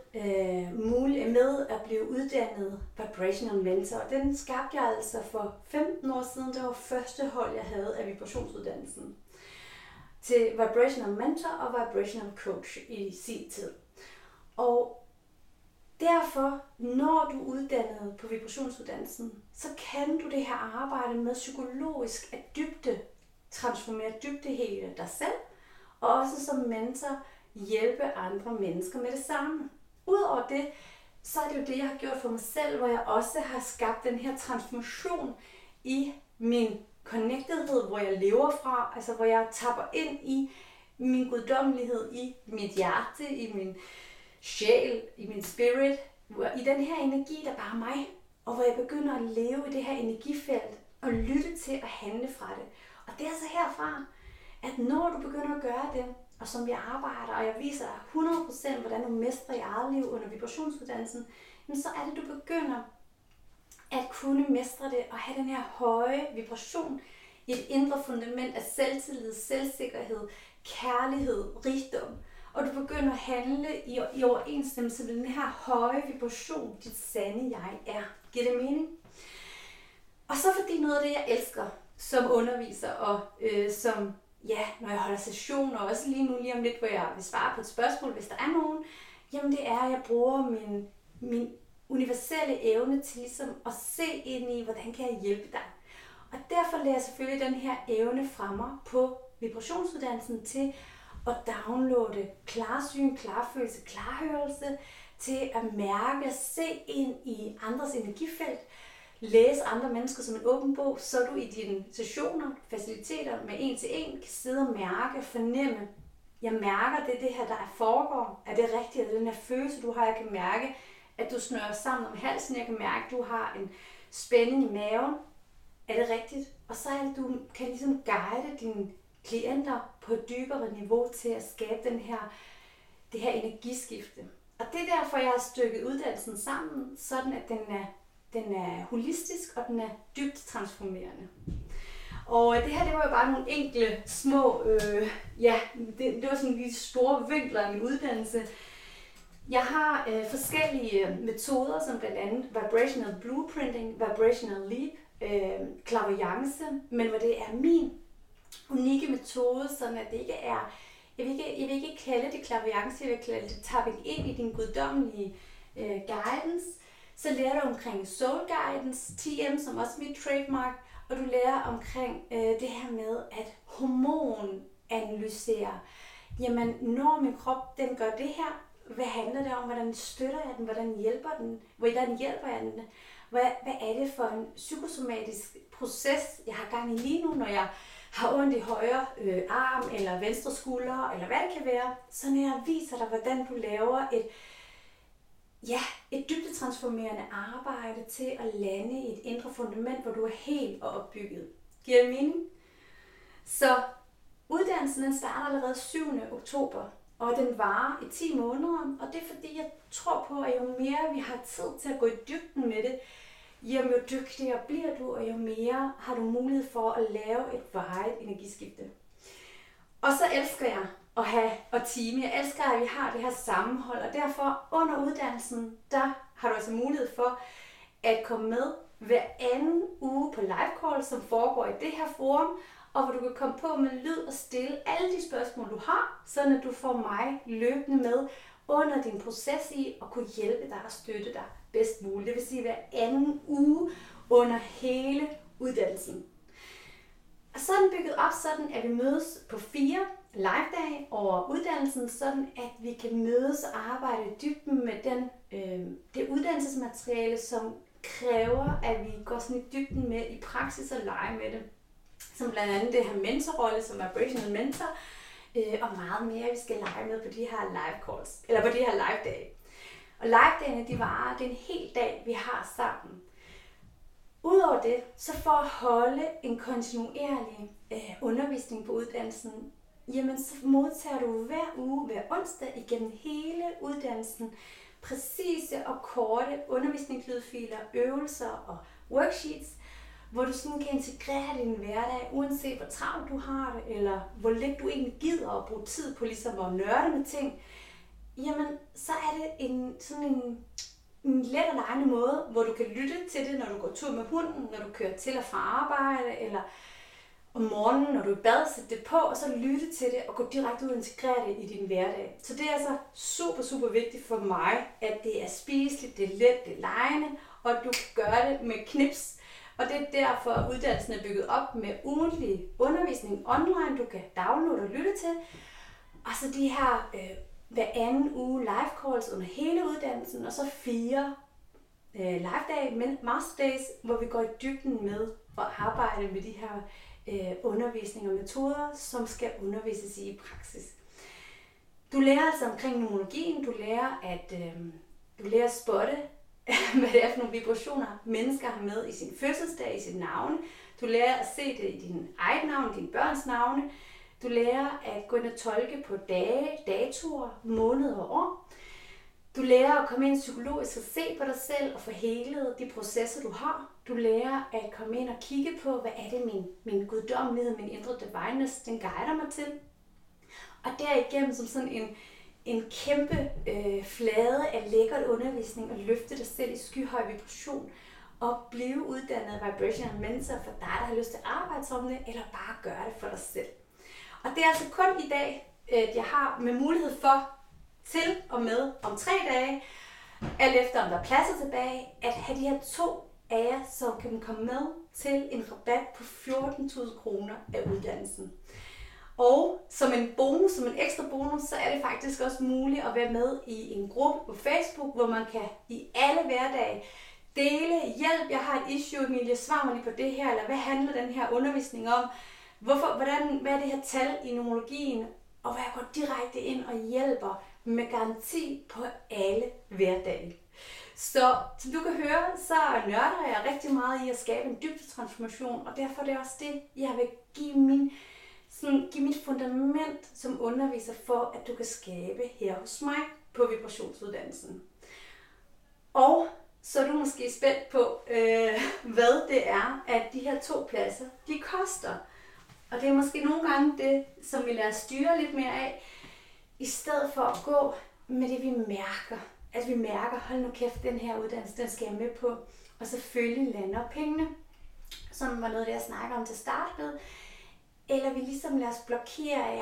at blive uddannet Vibrational Mentor. Og den skabte jeg altså for 15 år siden. Det var første hold, jeg havde af vibrationsuddannelsen til Vibrational Mentor og Vibrational Coach i sin tid. Og derfor, når du er uddannet på vibrationsuddannelsen, så kan du det her arbejde med psykologisk at transformere dybdehele dig selv, og også som mentor hjælpe andre mennesker med det samme. Udover det, så er det jo det, jeg har gjort for mig selv, hvor jeg også har skabt den her transformation i min connectedhed, hvor jeg lever fra, altså hvor jeg tapper ind i min guddommelighed, i mit hjerte, i min sjæl, i min spirit, i den her energi, der bare er mig, og hvor jeg begynder at leve i det her energifelt, og lytte til at handle fra det. Og det er så herfra, at når du begynder at gøre det, og som jeg arbejder, og jeg viser dig 100% hvordan du mestrer i eget liv under vibrationsuddannelsen, så er det, du begynder at kunne mestre det, og have den her høje vibration i et indre fundament af selvtillid, selvsikkerhed, kærlighed, rigdom. Og du begynder at handle i overensstemmelse med den her høje vibration, dit sande jeg er. Giver det mening? Og så fordi noget af det, jeg elsker som underviser, og som, når jeg holder sessioner, og også lige om lidt, hvor jeg vil svare på et spørgsmål, hvis der er nogen, jamen det er, at jeg bruger min universelle evne til ligesom at se ind i, hvordan kan jeg hjælpe dig. Og derfor lærer jeg selvfølgelig den her evne fra mig på vibrationsuddannelsen til at downloade klarsyn, klarfølelse, klarhørelse, til at mærke, se ind i andres energifelt, læse andre mennesker som en åben bog, så du i dine sessioner, faciliteter med en til en, kan sidde og mærke, fornemme, jeg mærker, det er det her, der foregår. Er det rigtigt? Er det den her følelse, du har? Jeg kan mærke, at du snører sammen om halsen. Jeg kan mærke, at du har en spænding i maven. Er det rigtigt? Og så er det, du kan ligesom guide dine klienter på et dybere niveau til at skabe det her energiskifte. Og det er derfor, jeg har stykket uddannelsen sammen, sådan at den er holistisk, og den er dybt transformerende. Og det her, det var jo bare nogle enkle små, det var sådan de store vinkler af min uddannelse. Jeg har forskellige metoder, som blandt andet vibrational blueprinting, vibrational leap, clairvoyance, men hvor det er min unikke metode, sådan at det ikke er, jeg vil ikke kalde det clairvoyance, jeg vil kalde det tapping ind i din guddommelige guidance. Så lærer du omkring soul guidance, TM, som også er mit trademark, og du lærer omkring det her med at hormonanalysere. Jamen, når min krop den gør det her, hvad handler det om? Hvordan støtter jeg den? Hvordan hjælper jeg den? Hvad er det for en psykosomatisk proces, jeg har gang i lige nu, når jeg har ondt i højre arm, eller venstre skulder, eller hvad det kan være? Så når jeg viser dig, hvordan du laver et dybdetransformerende arbejde til at lande i et indre fundament, hvor du er helt og opbygget. Giver det mening? Så uddannelsen den starter allerede 7. oktober, og den varer i 10 måneder. Og det er fordi, jeg tror på, at jo mere vi har tid til at gå i dybden med det, jo dygtigere bliver du, og jo mere har du mulighed for at lave et varigt energiskifte. Og så elsker jeg at teame. Jeg elsker, at vi har det her sammenhold, og derfor under uddannelsen, der har du altså mulighed for at komme med hver anden uge på live call, som foregår i det her forum, og hvor du kan komme på med lyd og stille alle de spørgsmål, du har, sådan at du får mig løbende med under din proces i at kunne hjælpe dig og støtte dig bedst muligt. Det vil sige hver anden uge under hele uddannelsen. Og så er den bygget op sådan, at vi mødes på 4 live-dage over uddannelsen, sådan at vi kan mødes og arbejde i dybden med det uddannelsesmateriale, som kræver, at vi går sådan i dybden med i praksis og lege med det. Som blandt andet det her mentorrolle, som vibrational mentor, og meget mere, vi skal lege med på de her live calls, eller på de her live-dage. Og live-dagene, det er en hel dag, vi har sammen. Udover det, så for at holde en kontinuerlig undervisning på uddannelsen, jamen så modtager du hver uge, hver onsdag igennem hele uddannelsen, præcise og korte undervisningslydfiler, øvelser og worksheets, hvor du sådan kan integrere din hverdag, uanset hvor travlt du har det, eller hvor lidt du egentlig gider at bruge tid på ligesom at nørde med ting, jamen så er det en let og legende måde, hvor du kan lytte til det, når du går tur med hunden, når du kører til og fra arbejde, eller om morgenen, når du er i bad, sætte det på, og så lytte til det og gå direkte ud og integrere det i din hverdag. Så det er altså super, super vigtigt for mig, at det er spiseligt, det er let, det er legende, og at du kan gøre det med knips. Og det er derfor, at uddannelsen er bygget op med ugentlig undervisning online, du kan downloade og lytte til. Og så de her hver anden uge live calls under hele uddannelsen, og så 4 live-dage, masterdays, hvor vi går i dybden med at arbejde med de her undervisning og metoder, som skal undervises i praksis. Du lærer altså omkring numerologien, du lærer at spotte, hvad det er for nogle vibrationer, mennesker har med i sin fødselsdag, i sit navn. Du lærer at se det i din eget navn, dine børns navne. Du lærer at gå ind og tolke på dage, datoer, måneder og år. Du lærer at komme ind psykologisk og se på dig selv og få helet de processer, du har. Du lærer at komme ind og kigge på, hvad er det min guddommelighed, min indre divineness, den guider mig til. Og derigennem som sådan en kæmpe flade af lækkert undervisning og løfte dig selv i skyhøj vibration og blive uddannet vibrational mentor for dig, der har lyst til at arbejde som det, eller bare gøre det for dig selv. Og det er altså kun i dag, at jeg har med mulighed for til og med om 3 dage, alt efter om der er pladser tilbage, at have de her 2 af jer, som kan komme med til en rabat på 14.000 kroner af uddannelsen. Og som en bonus, som en ekstra bonus, så er det faktisk også muligt at være med i en gruppe på Facebook, hvor man kan i alle hverdage dele hjælp. Jeg har et issue, Emilie, svar mig lige på det her, eller hvad handler den her undervisning om? Hvad er det her tal i numerologien? Og hvor jeg går direkte ind og hjælper med garanti på alle hverdage. Så som du kan høre, så nørder jeg rigtig meget i at skabe en dybdetransformation, og derfor er det også det, jeg vil give mit fundament som underviser for, at du kan skabe her hos mig på vibrationsuddannelsen. Og så er du måske spændt på, hvad det er, at de her 2 pladser, de koster. Og det er måske nogle gange det, som vi lader styre lidt mere af, i stedet for at gå med det, vi mærker. At vi mærker, hold nu kæft, den her uddannelse, den skal jeg med på. Og selvfølgelig lander pengene, som var noget, det jeg snakker om til start med. Eller vi ligesom lader os blokere af,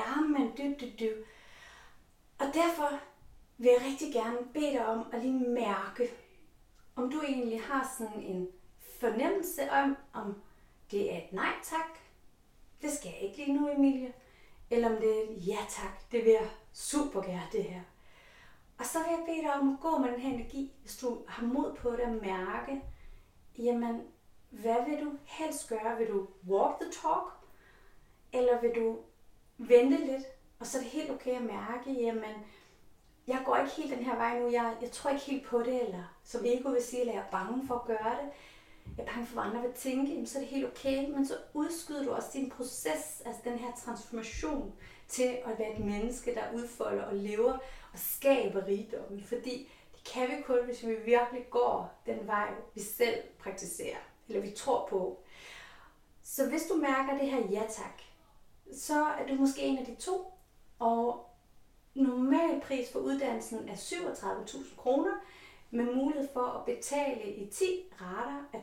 Og derfor vil jeg rigtig gerne bede dig om at lige mærke, om du egentlig har sådan en fornemmelse om det er et nej tak. Det skal jeg ikke lige nu, Emilie. Eller om det er et ja tak. Det vil jeg super gerne, det her. Og så vil jeg bede dig om at gå med den her energi, hvis du har mod på det at mærke, jamen, hvad vil du helst gøre? Vil du walk the talk? Eller vil du vente lidt? Og så er det helt okay at mærke, jamen, jeg går ikke helt den her vej nu, jeg tror ikke helt på det, eller som ego vil sige, eller jeg er bange for at gøre det. Jeg er bange for, hvad andre vil tænke, jamen, så er det helt okay, men så udskyder du også din proces, altså den her transformation, til at være et menneske, der udfolder og lever og skaber rigdommen. Fordi det kan vi kun, hvis vi virkelig går den vej, vi selv praktiserer, eller vi tror på. Så hvis du mærker det her ja tak, så er du måske en af de 2, og normal pris for uddannelsen er 37.000 kroner, med mulighed for at betale i 10 rater af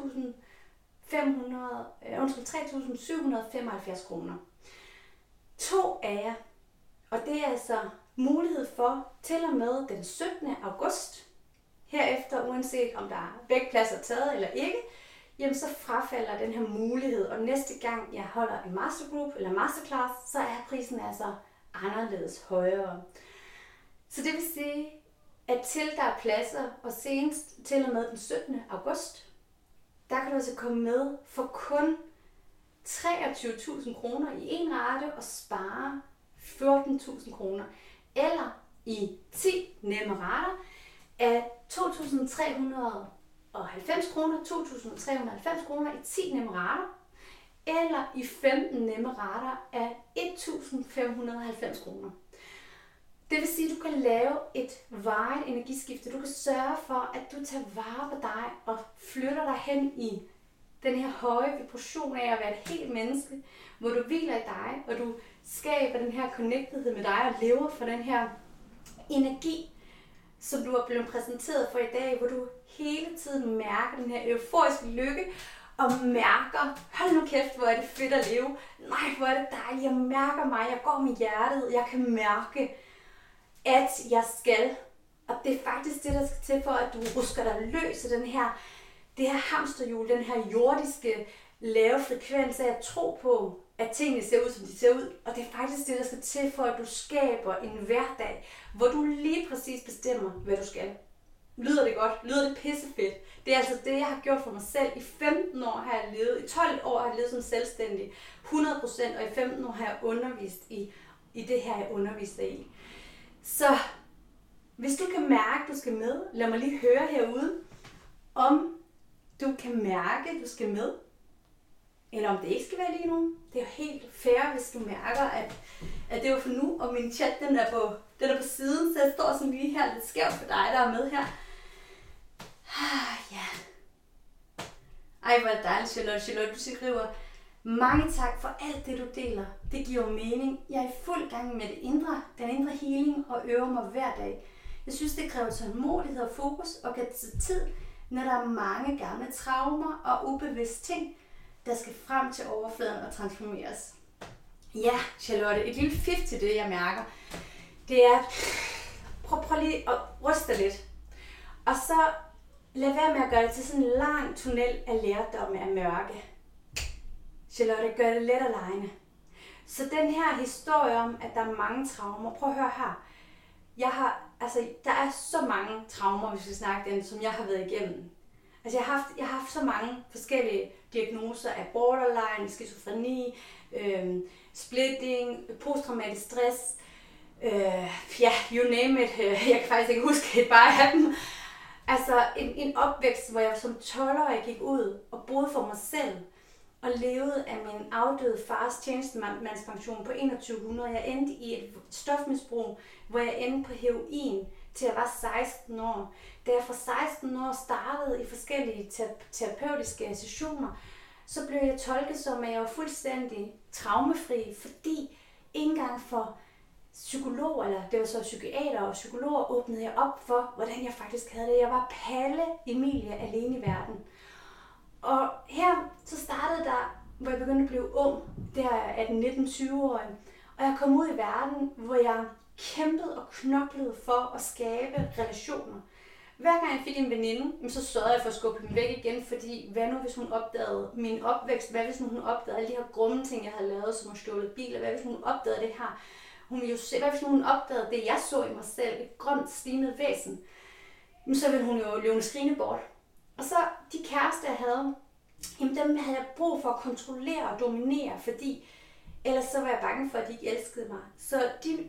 3.775 kroner. 2 af jer, og det er altså mulighed for til og med den 17. august. Herefter, uanset om der er begge pladser taget eller ikke, jamen så frafalder den her mulighed, og næste gang jeg holder en mastergroup eller masterclass, så er prisen altså anderledes højere. Så det vil sige, at til der er pladser, og senest til og med den 17. august, der kan du altså komme med for kun 23.000 kroner i en rate og spare 14.000 kroner. Eller i 10 nemme rater af 2.390 kroner, 2.390 kroner i 10 nemme rater. Eller i 15 nemme rater af 1.590 kroner. Det vil sige, at du kan lave et varigt energiskifte. Du kan sørge for, at du tager vare på dig og flytter dig hen i den her høje vibration af at være et helt menneske, hvor du hviler i dig, og du skaber den her connectedhed med dig og lever for den her energi, som du er blevet præsenteret for i dag, hvor du hele tiden mærker den her euforiske lykke, og mærker, hold nu kæft, hvor er det fedt at leve. Nej, hvor er det dejligt. Jeg mærker mig, jeg går med hjertet, jeg kan mærke, at jeg skal. Og det er faktisk det, der skal til for, at du rusker dig løs af det her hamsterhjul, den her jordiske lave frekvens af at tro på, at tingene ser ud, som de ser ud. Og det er faktisk det, der skal til for, at du skaber en hverdag, hvor du lige præcis bestemmer, hvad du skal. Lyder det godt? Lyder det pissefedt? Det er altså det, jeg har gjort for mig selv. I 15 år har jeg levet, i 12 år har jeg levet som selvstændig, 100%, og i 15 år har jeg undervist i det her, jeg underviser i. Så hvis du kan mærke, at du skal med, lad mig lige høre herude, om du kan mærke, at du skal med, eller om det ikke skal være lige nu. Det er jo helt fair, hvis du mærker, at det er for nu, og min chat den er på siden, så jeg står sådan lige her lidt skævt for dig, der er med her. Ja. Ej, hvor er det dejligt, Charlotte. Du skriver, mange tak for alt det, du deler. Det giver mening. Jeg er i fuld gang med den indre healing og øver mig hver dag. Jeg synes, det kræver tålmodighed og fokus og kan tage tid, når der er mange gamle traumer og ubevidste ting, der skal frem til overfladen og transformeres. Ja, Charlotte, et lille fif til det, jeg mærker, det er, prøv lige at ryste lidt. Og så lad være med at gøre det til sådan en lang tunnel af lærdomme af mørke. Charlotte, gør det let alene. Så den her historie om, at der er mange traumer, prøv at høre her. Der er så mange traumer, hvis vi snakker dem, som jeg har været igennem. Altså jeg har haft så mange forskellige diagnoser af borderline, skizofreni, splitting, posttraumatisk stress, you name it. Jeg kan faktisk ikke huske et bare af dem. Altså en opvækst, hvor jeg som 12-årig gik ud og boede for mig selv og levede af min afdøde fars tjenestemandspension på 2100. Jeg endte i et stofmisbrug, hvor jeg endte på heroin til jeg var 16 år. Da jeg fra 16 år startede i forskellige terapeutiske sessioner, så blev jeg tolket som, at jeg var fuldstændig traumefri, fordi ikke engang for psykologer, eller det var så psykiater og psykologer, åbnede jeg op for, hvordan jeg faktisk havde det. Jeg var Palle Emilie alene i verden. Og her så startede der, hvor jeg begyndte at blive ung, der 18-19-20-årig, og jeg kom ud i verden, hvor jeg kæmpede og knoklede for at skabe relationer. Hver gang jeg fik en veninde, så sørgede jeg for at skubbe hende væk igen, fordi hvad nu hvis hun opdagede min opvækst, hvad hvis hun opdagede alle de her grumme ting, jeg havde lavet, som at stjålet biler, hvad hvis hun opdagede det her, hvad hvis hun opdagede det, jeg så i mig selv, et grønt slimet væsen, så ville hun jo løbe skrigende bort. Og så de kærester, jeg havde, jamen dem havde jeg brug for at kontrollere og dominere, fordi ellers så var jeg bange for, at de ikke elskede mig. Så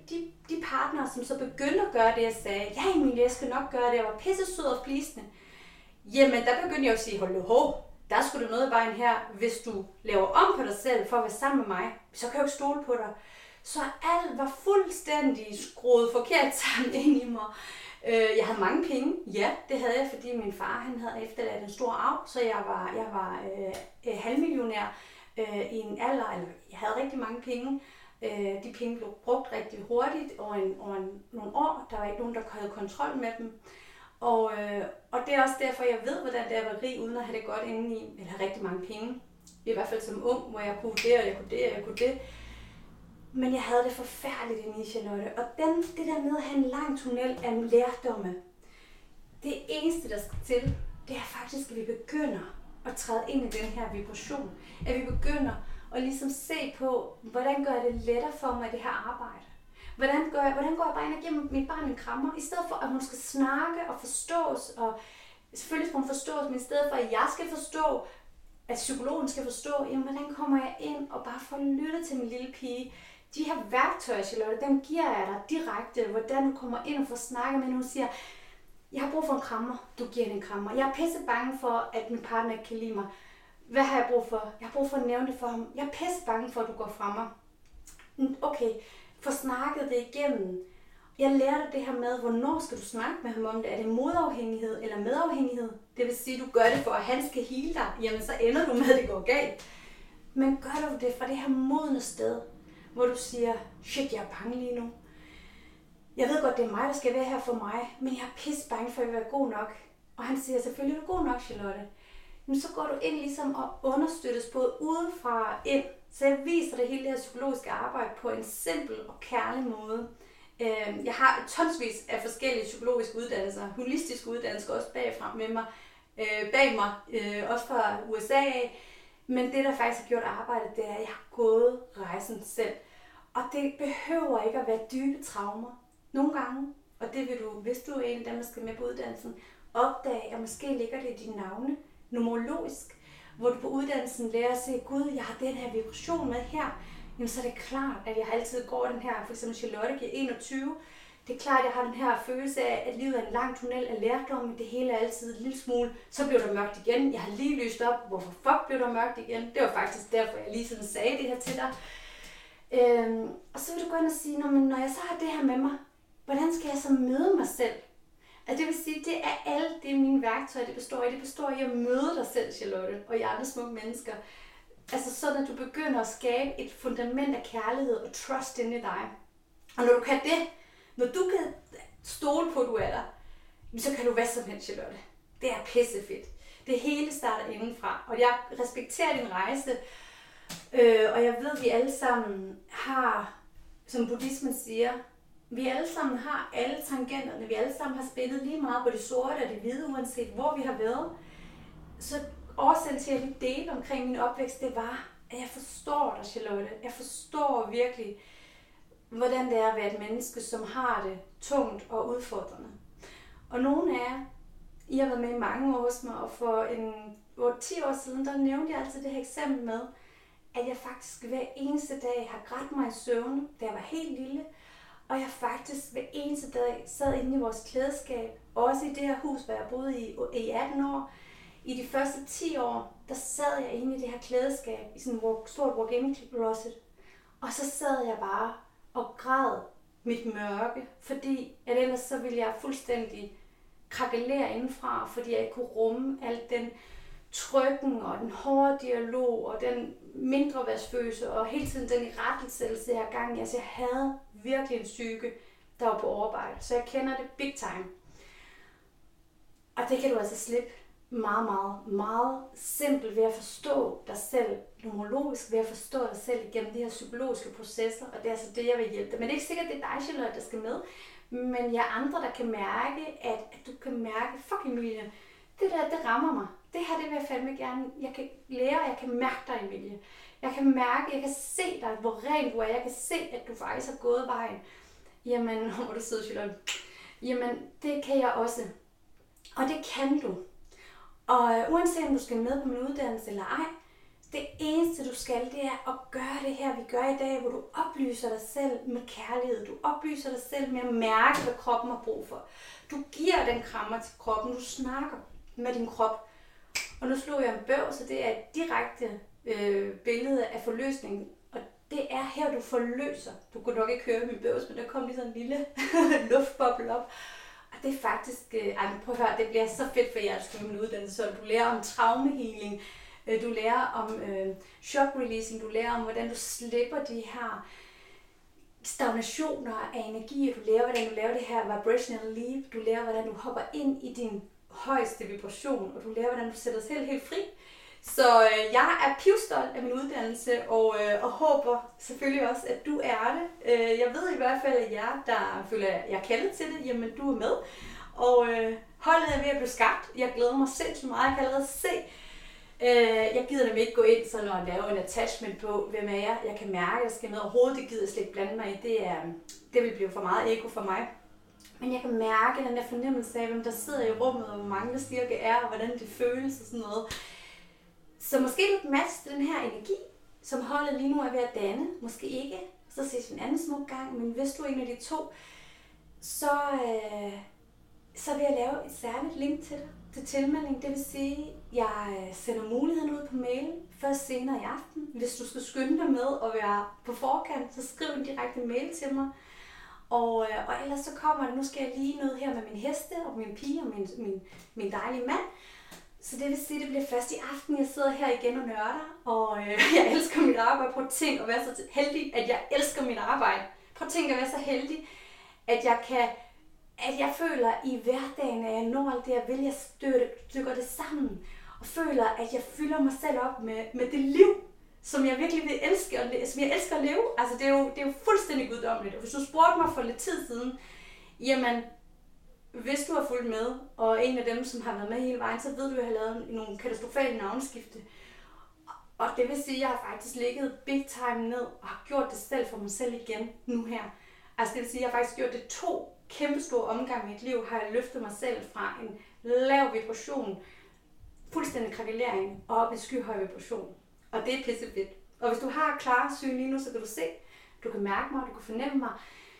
de partnere, som så begyndte at gøre det, jeg sagde, ja Emilie, jeg skal nok gøre det, jeg var pisse sød og flisende. Jamen der begyndte jeg at sige, hold der skulle du noget i vejen her, hvis du laver om på dig selv for at være sammen med mig, så kan jeg jo ikke stole på dig. Så alt var fuldstændig skruet forkert sammen ind i mig. Jeg havde mange penge. Ja, det havde jeg, fordi min far han havde efterladt en stor arv, så jeg var halvmillionær i en alder, eller jeg havde rigtig mange penge. De penge blev brugt rigtig hurtigt over nogle år. Der var ikke nogen, der havde kontrol med dem. Og det er også derfor, jeg ved, hvordan det er at være rig, uden at have det godt indeni, eller have rigtig mange penge. I hvert fald som ung, hvor jeg kunne det, og jeg kunne det, og jeg kunne det. Men jeg havde det forfærdeligt inde i Charlotte. Og det der med at have en lang tunnel af lærdomme, det eneste, der skal til, det er faktisk, at vi begynder at træde ind i den her vibration. At vi begynder at ligesom se på, hvordan gør jeg det lettere for mig, det her arbejde. Hvordan går jeg bare ind og giver mit barn en krammer, i stedet for, at hun skal snakke og forstås, og selvfølgelig skal hun forstås, men i stedet for, at jeg skal forstå, at psykologen skal forstå, jamen, hvordan kommer jeg ind og bare får lyttet til min lille pige. De her værktøjer, Charlotte, dem giver jeg dig direkte, hvordan du kommer ind og får snakket med, når hun siger, jeg har brug for en krammer, du giver en krammer. Jeg er pisse bange for, at min partner ikke kan lide mig. Hvad har jeg brug for? Jeg har brug for at nævne det for ham. Jeg er pisse bange for, at du går fra mig. Okay, få snakket det igennem. Jeg lærte det her med, hvornår skal du snakke med ham om det? Er det modafhængighed eller medafhængighed? Det vil sige, at du gør det for, at han skal hele dig. Jamen, så ender du med, at det går galt. Men gør du det fra det her modne sted, hvor du siger, shit, jeg er bange lige nu. Jeg ved godt, det er mig, der skal være her for mig, men jeg er pisse bange for, at jeg vil være god nok. Og han siger, selvfølgelig er du god nok, Charlotte. Men så går du ind ligesom og understøttes både udefra og ind. Så jeg viser dig hele det her psykologiske arbejde på en simpel og kærlig måde. Jeg har tonsvis af forskellige psykologiske uddannelser, holistiske uddannelser også bag mig, også fra USA. Men det, der faktisk har gjort arbejdet, det er, at jeg har gået rejsen selv. Og det behøver ikke at være dybe traumer. Nogle gange, og det vil du, hvis du er en af dem, der skal med på uddannelsen, opdage, at måske ligger det i dine navne, numerologisk, hvor du på uddannelsen lærer at se, gud, jeg har den her vibration med her, jamen så er det klart, at jeg altid går den her, for eksempel Charlotte giver 21, det er klart, at jeg har den her følelse af, at livet er en lang tunnel af lærdom, det hele er altid en lille smule, så bliver der mørkt igen, jeg har lige lyst op, hvorfor fuck blev der mørkt igen, det var faktisk derfor, jeg lige sådan sagde det her til dig. Og så vil du gå ind og sige, når jeg så har det her med mig, hvordan skal jeg så møde mig selv? Altså det vil sige, det er alle det mine værktøjer, det består i. Det består i at møde dig selv, Charlotte, og i andre smukke mennesker. Altså sådan, at du begynder at skabe et fundament af kærlighed og trust inde i dig. Og når du kan det, når du kan stole på, at du er der, så kan du hvad som helst, Charlotte. Det er pissefedt. Det hele starter indenfra, og jeg respekterer din rejse. Og jeg ved, at vi alle sammen har, som buddhismen siger, vi alle sammen har alle tangenterne, vi alle sammen har spillet lige meget på det sorte og det hvide, uanset hvor vi har været. Så årsagen til, at jeg ville dele omkring min opvækst, det var, at jeg forstår dig, Charlotte. Jeg forstår virkelig, hvordan det er at være et menneske, som har det tungt og udfordrende. Og nogle af jer, I har været med i mange år hos mig, og for 10 år siden, der nævnte jeg altid det her eksempel med, at jeg faktisk hver eneste dag har grædt mig i søvn, da jeg var helt lille, og jeg faktisk hver eneste dag sad inde i vores klædeskab, også i det her hus, hvor jeg boede i 18 år. I de første 10 år, der sad jeg inde i det her klædeskab, i sådan et stort walk-in closet, og så sad jeg bare og græd mit mørke, fordi at ellers så ville jeg fuldstændig krakelere indenfra, fordi jeg ikke kunne rumme alt den trykken og den hårde dialog og den mindreværdsfølelse og hele tiden den irettesættelse, jeg har gang i. Altså jeg havde virkelig en psyke, der var på overarbejde, så jeg kender det big time. Og det kan du altså slippe meget, meget, meget simpelt ved at forstå dig selv numerologisk, ved at forstå dig selv igennem de her psykologiske processer, og det er altså det, jeg vil hjælpe dig. Men det er ikke sikkert, det er dig, Charlotte, der skal med, men jeg er andre, der kan mærke, at du kan mærke, fuck Emilie, det der, det rammer mig. Det her, det vil jeg fandme gerne. Jeg kan lære, jeg kan mærke dig, Emilie. Jeg kan mærke, jeg kan se dig, hvor ren du er. Jeg kan se, at du faktisk har gået vejen. Jamen, hvor du sidder, Charlotte. Jamen, det kan jeg også. Og det kan du. Og uanset om du skal med på min uddannelse eller ej, det eneste du skal, det er at gøre det her, vi gør i dag, hvor du oplyser dig selv med kærlighed. Du oplyser dig selv med at mærke, hvad kroppen har brug for. Du giver den krammer til kroppen, du snakker med din krop. Og nu slog jeg en bøv, så det er et direkte billede af forløsningen. Og det er her, du forløser. Du kunne nok ikke høre min bøvs, men der kom lige sådan en lille luftboble op. Og det er faktisk, prøv at høre, det bliver så fedt for jer, at skrive min uddannelse, så du lærer om traumehealing, du lærer om shock releasing, du lærer om, hvordan du slipper de her stagnationer af energi, du lærer, hvordan du laver det her vibrational leap, du lærer, hvordan du hopper ind i din højeste vibration, og du lærer, hvordan du sætter dig selv helt fri. Så jeg er pivstolt af min uddannelse, og håber selvfølgelig også, at du er det. Jeg ved i hvert fald, at jer, der føler, at jeg er kaldet til det, jamen du er med. Og holdet er ved at blive skabt. Jeg glæder mig sindssygt meget. Jeg kan allerede se. Jeg gider nemlig ikke gå ind sådan og lave en attachment på, hvem er jeg. Jeg kan mærke, at jeg skal med overhovedet. Det gider jeg slet ikke blande mig i. Det vil blive for meget ego for mig. Men jeg kan mærke den der fornemmelse af, hvem der sidder i rummet, og hvor mange der styrke er, og hvordan det føles og sådan noget. Så måske du kan matche den her energi, som holdet lige nu er ved at danne. Måske ikke. Så ses vi en anden smuk gang. Men hvis du er en af de to, så vil jeg lave et særligt link til dig. Til tilmelding. Det vil sige, at jeg sender muligheden ud på mail først senere i aften. Hvis du skal skynde dig med at være på forkant, så skriv en direkte mail til mig. Og ellers så kommer det, nu skal jeg lige noget her med min heste og min pige og min dejlige mand. Så det vil sige, at det bliver først i aften, jeg sidder her igen og nørder, og jeg elsker mit arbejde. Prøv at tænke at være så heldig, at jeg elsker mit arbejde. Prøv at tænke at være så heldig, at jeg føler i hverdagen, at jeg når alt det, jeg vil, jeg stykker det sammen, og føler, at jeg fylder mig selv op med det liv, som jeg virkelig vil elske, som jeg elsker at leve. Altså det er jo fuldstændig guddommeligt. Og hvis du spurgte mig for lidt tid siden, jamen, hvis du har fulgt med, og en af dem, som har været med hele vejen, så ved du, at jeg har lavet nogle katastrofale navneskifte. Og det vil sige, at jeg har faktisk ligget big time ned, og har gjort det selv for mig selv igen nu her. Altså det vil sige, at jeg har faktisk gjort det 2 kæmpe store omgange i mit liv, har jeg løftet mig selv fra en lav vibration, fuldstændig krakelering, og op i skyhøj vibration. Og det er pissefedt. Og hvis du har klare syn lige nu, så kan du se, du kan mærke mig, du kan fornemme mig.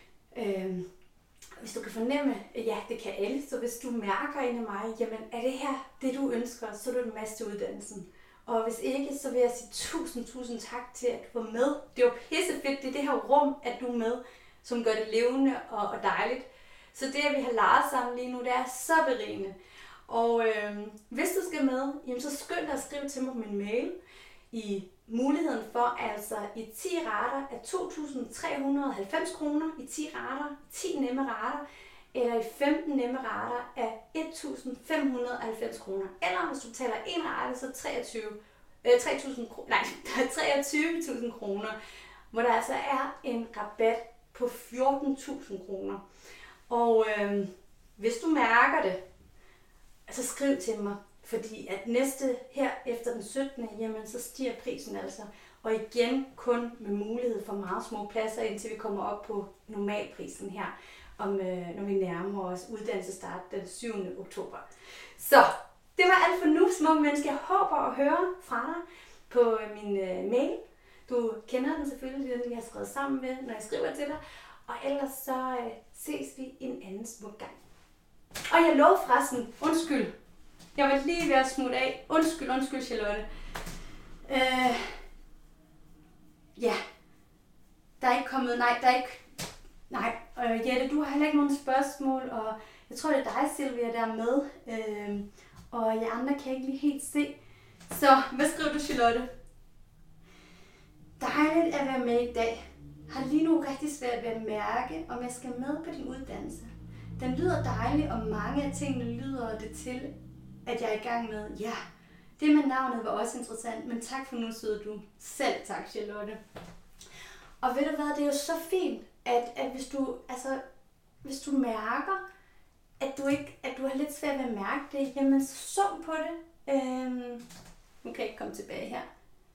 Hvis du kan fornemme, ja, det kan alle, så hvis du mærker ind i mig, jamen er det her det, du ønsker, så er du en masse til uddannelsen. Og hvis ikke, så vil jeg sige tusind tak til, at du var med. Det var pissefedt, det er det her rum, at du er med, som gør det levende og dejligt. Så det, at vi har leget sammen lige nu, det er så berigende. Og hvis du skal med, jamen så skynd dig at skrive til mig på min mail i muligheden for, altså i 10 rater af 2.390 kroner, i 10 rater, 10 nemme rater, eller i 15 nemme rater af 1.590 kroner. Eller hvis du betaler en rate, så 23.000 kroner, hvor der altså er en rabat på 14.000 kroner. Og hvis du mærker det, så skriv til mig, fordi at næste her efter den 17. jamen så stiger prisen altså. Og igen kun med mulighed for meget små pladser, indtil vi kommer op på normalprisen her, når vi nærmer os uddannelsesstart den 7. oktober. Så det var alt for nu, små mennesker. Jeg håber at høre fra dig på min mail. Du kender den selvfølgelig, den vi har skrevet sammen med, når jeg skriver til dig. Og ellers så ses vi en anden smuk gang. Og jeg lovede forresten, undskyld. Jeg var lige ved at smutte af. Undskyld, Charlotte. Ja. Der er ikke kommet, nej. Jette, du har heller ikke nogen spørgsmål, og jeg tror, det er dig, Silvia, der er med. Og jeg andre kan ikke lige helt se. Så, hvad skriver du, Charlotte? Dejligt at være med i dag. Har lige nu rigtig svært ved at mærke, om jeg skal med på din uddannelse. Den lyder dejlig, og mange af tingene lyder det til, at jeg er i gang med. Ja, det med navnet var også interessant, men tak for nu, søde du. Selv tak, Charlotte. Og ved du hvad, det er jo så fint, at hvis du mærker, at du har lidt svært ved at mærke det, jamen så sum på det. Nu kan jeg ikke komme tilbage her.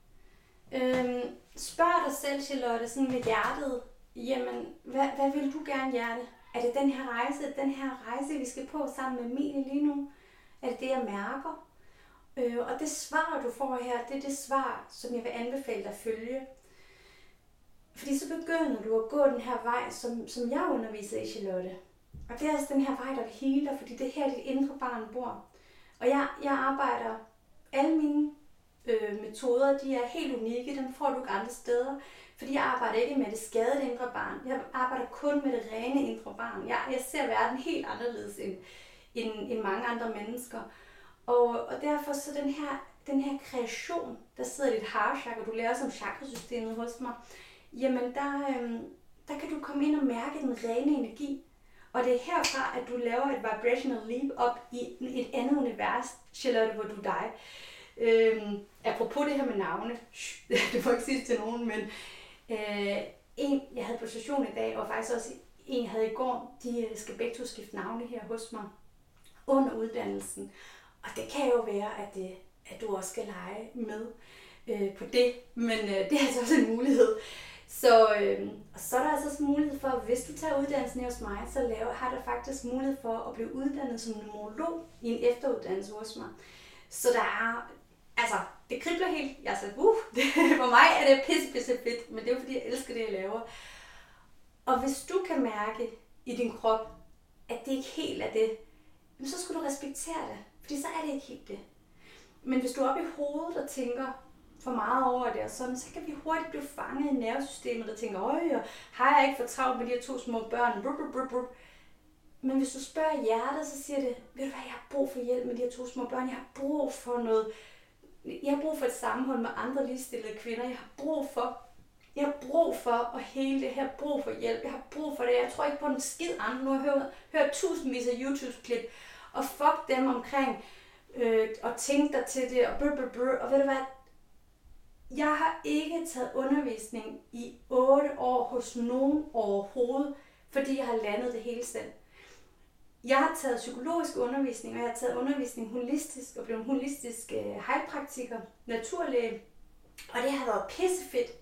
Spørg dig selv, Charlotte, sådan med hjertet, jamen, hvad vil du gerne, hjerte? Er det den her rejse, vi skal på sammen med Emilie lige nu? Er det det, jeg mærker? Og det svar, du får her, det er det svar, som jeg vil anbefale dig at følge. Fordi så begynder du at gå den her vej, som jeg underviser i, Charlotte. Og det er altså den her vej, der vil hele dig, fordi det er her, dit indre barn bor. Og jeg arbejder, alle mine metoder, de er helt unikke, dem får du ikke andre steder. Fordi jeg arbejder ikke med det skadede indre barn. Jeg arbejder kun med det rene indre barn. Jeg ser verden helt anderledes end mange andre mennesker. Og derfor så den her kreation, der sidder i dit heart-chakra, du lærer som chakrasystemet hos mig, jamen der kan du komme ind og mærke den rene energi. Og det er herfra, at du laver et vibrational leap op i et andet univers, Charlotte, hvor du er dig. Apropos det her med navne, det må ikke sige til nogen, men en, jeg havde på station i dag, og faktisk også en, jeg havde i går, de skal begge to skifte navne her hos mig under uddannelsen. Og det kan jo være, at du også skal lege med på det, men det er altså også en mulighed. Så er der altså også mulighed for, at hvis du tager uddannelsen hos mig, så har der faktisk mulighed for at blive uddannet som numerolog i en efteruddannelse hos mig. Så der er, altså, det kribler helt. Jeg sagde, for mig er det pisse fedt, men det er jo fordi, jeg elsker det, jeg laver. Og hvis du kan mærke i din krop, at det ikke helt er det, så skal du respektere det, fordi så er det ikke helt det. Men hvis du er oppe i hovedet og tænker for meget over det og sådan, så kan vi hurtigt blive fanget i nervesystemet og tænke, har jeg ikke for travlt med de her 2 små børn? Men hvis du spørger hjertet, så siger det, ved du hvad, jeg har brug for hjælp med de her 2 små børn, jeg har brug for noget, jeg har brug for et sammenhold med andre ligestillede kvinder, jeg har brug for at hele det her, brug for hjælp, jeg har brug for det, jeg tror ikke på en skid andre, nu har jeg hørt tusindvis af YouTube-klip, og fuck dem omkring, og tænk dig til det, og ved du hvad, jeg har ikke taget undervisning i 8 år hos nogen overhovedet, fordi jeg har landet det hele selv. Jeg har taget psykologisk undervisning, og jeg har taget undervisning holistisk, og blevet holistisk heilpraktiker, naturlæge, og det har været pissefedt.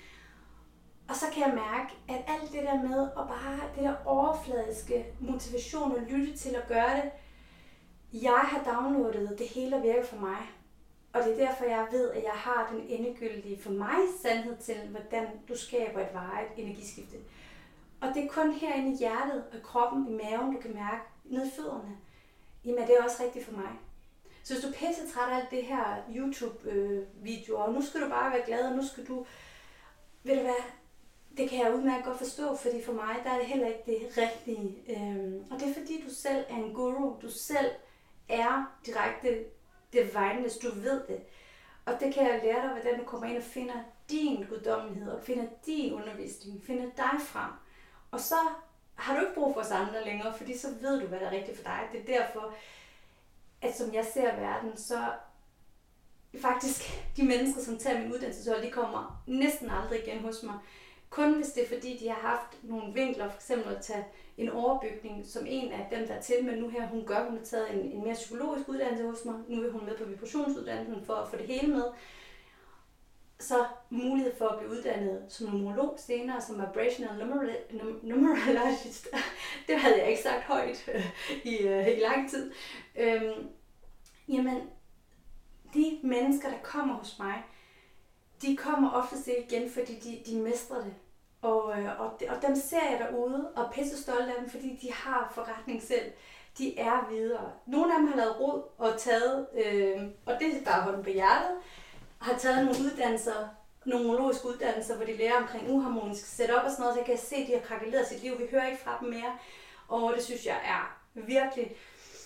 Og så kan jeg mærke, at alt det der med, og bare det der overfladiske motivation og lytte til at gøre det, jeg har downloadet det hele og virker for mig. Og det er derfor, jeg ved, at jeg har den endegyldige for mig sandhed til, hvordan du skaber et varigt energiskifte. Og det er kun herinde i hjertet og kroppen, i maven, du kan mærke, nede i fødderne. Jamen, det er også rigtigt for mig. Så hvis du er pissetræt af alt det her YouTube-videoer, og nu skal du bare være glad, og nu skal du, ved du hvad, det kan jeg udmærket godt forstå, fordi for mig, der er det heller ikke det rigtige. Og det er fordi, du selv er en guru, du selv er direkte divineness, du ved det. Og det kan jeg lære dig, hvordan du kommer ind og finder din guddommelighed, og finder din undervisning, finder dig frem. Og så har du ikke brug for os andre længere, fordi så ved du, hvad der er rigtigt for dig. Det er derfor, at som jeg ser verden, så faktisk de mennesker, som tager min uddannelseshold, de kommer næsten aldrig igen hos mig. Kun hvis det er fordi, de har haft nogle vinkler, for eksempel at tage en overbygning, som en af dem, der er til med nu her, hun har taget en mere psykologisk uddannelse hos mig. Nu er hun med på vibrationsuddannelsen for at få det hele med. så mulighed for at blive uddannet som numerolog senere, som vibrational numerologist. Det havde jeg ikke sagt højt i lang tid. Jamen, de mennesker, der kommer hos mig, de kommer oftest ikke igen, fordi de mestrer det. Og dem ser jeg derude, og er pisse stolte af dem, fordi de har forretning selv. De er videre. Nogle af dem har lavet rod og taget, og det er bare hånden på hjertet, har taget nogle uddannelser, nogle numerologiske uddannelser, hvor de lærer omkring uharmonisk setup og sådan noget, så jeg kan se, at de har krakeleret sit liv. Vi hører ikke fra dem mere, og det synes jeg er virkelig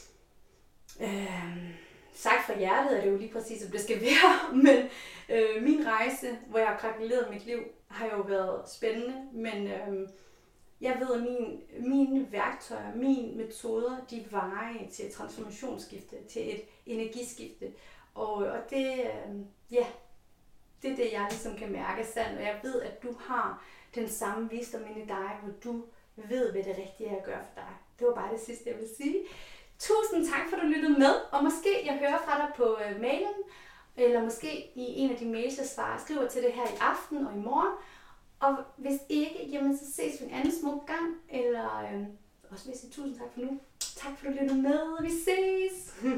sagt fra hjertet, er det jo lige præcis, som det skal være, men min rejse, hvor jeg har krakeleret mit liv, har jo været spændende, men jeg ved, at mine værktøjer, mine metoder, de vejer til et transformationsskifte, til et energiskifte, og det, det er det, jeg ligesom kan mærke sandt, og jeg ved, at du har den samme visdom inde i dig, hvor du ved, hvad det rigtige er at gøre for dig. Det var bare det sidste, jeg vil sige. Tusind tak for, at du lyttede med, og måske jeg hører fra dig på mailen, eller måske i en af de mails, jeg skriver til det her i aften og i morgen. Og hvis ikke, jamen så ses vi en anden smuk gang, eller også vil jeg sige tusind tak for nu. Tak for, at du lyttede med. Vi ses!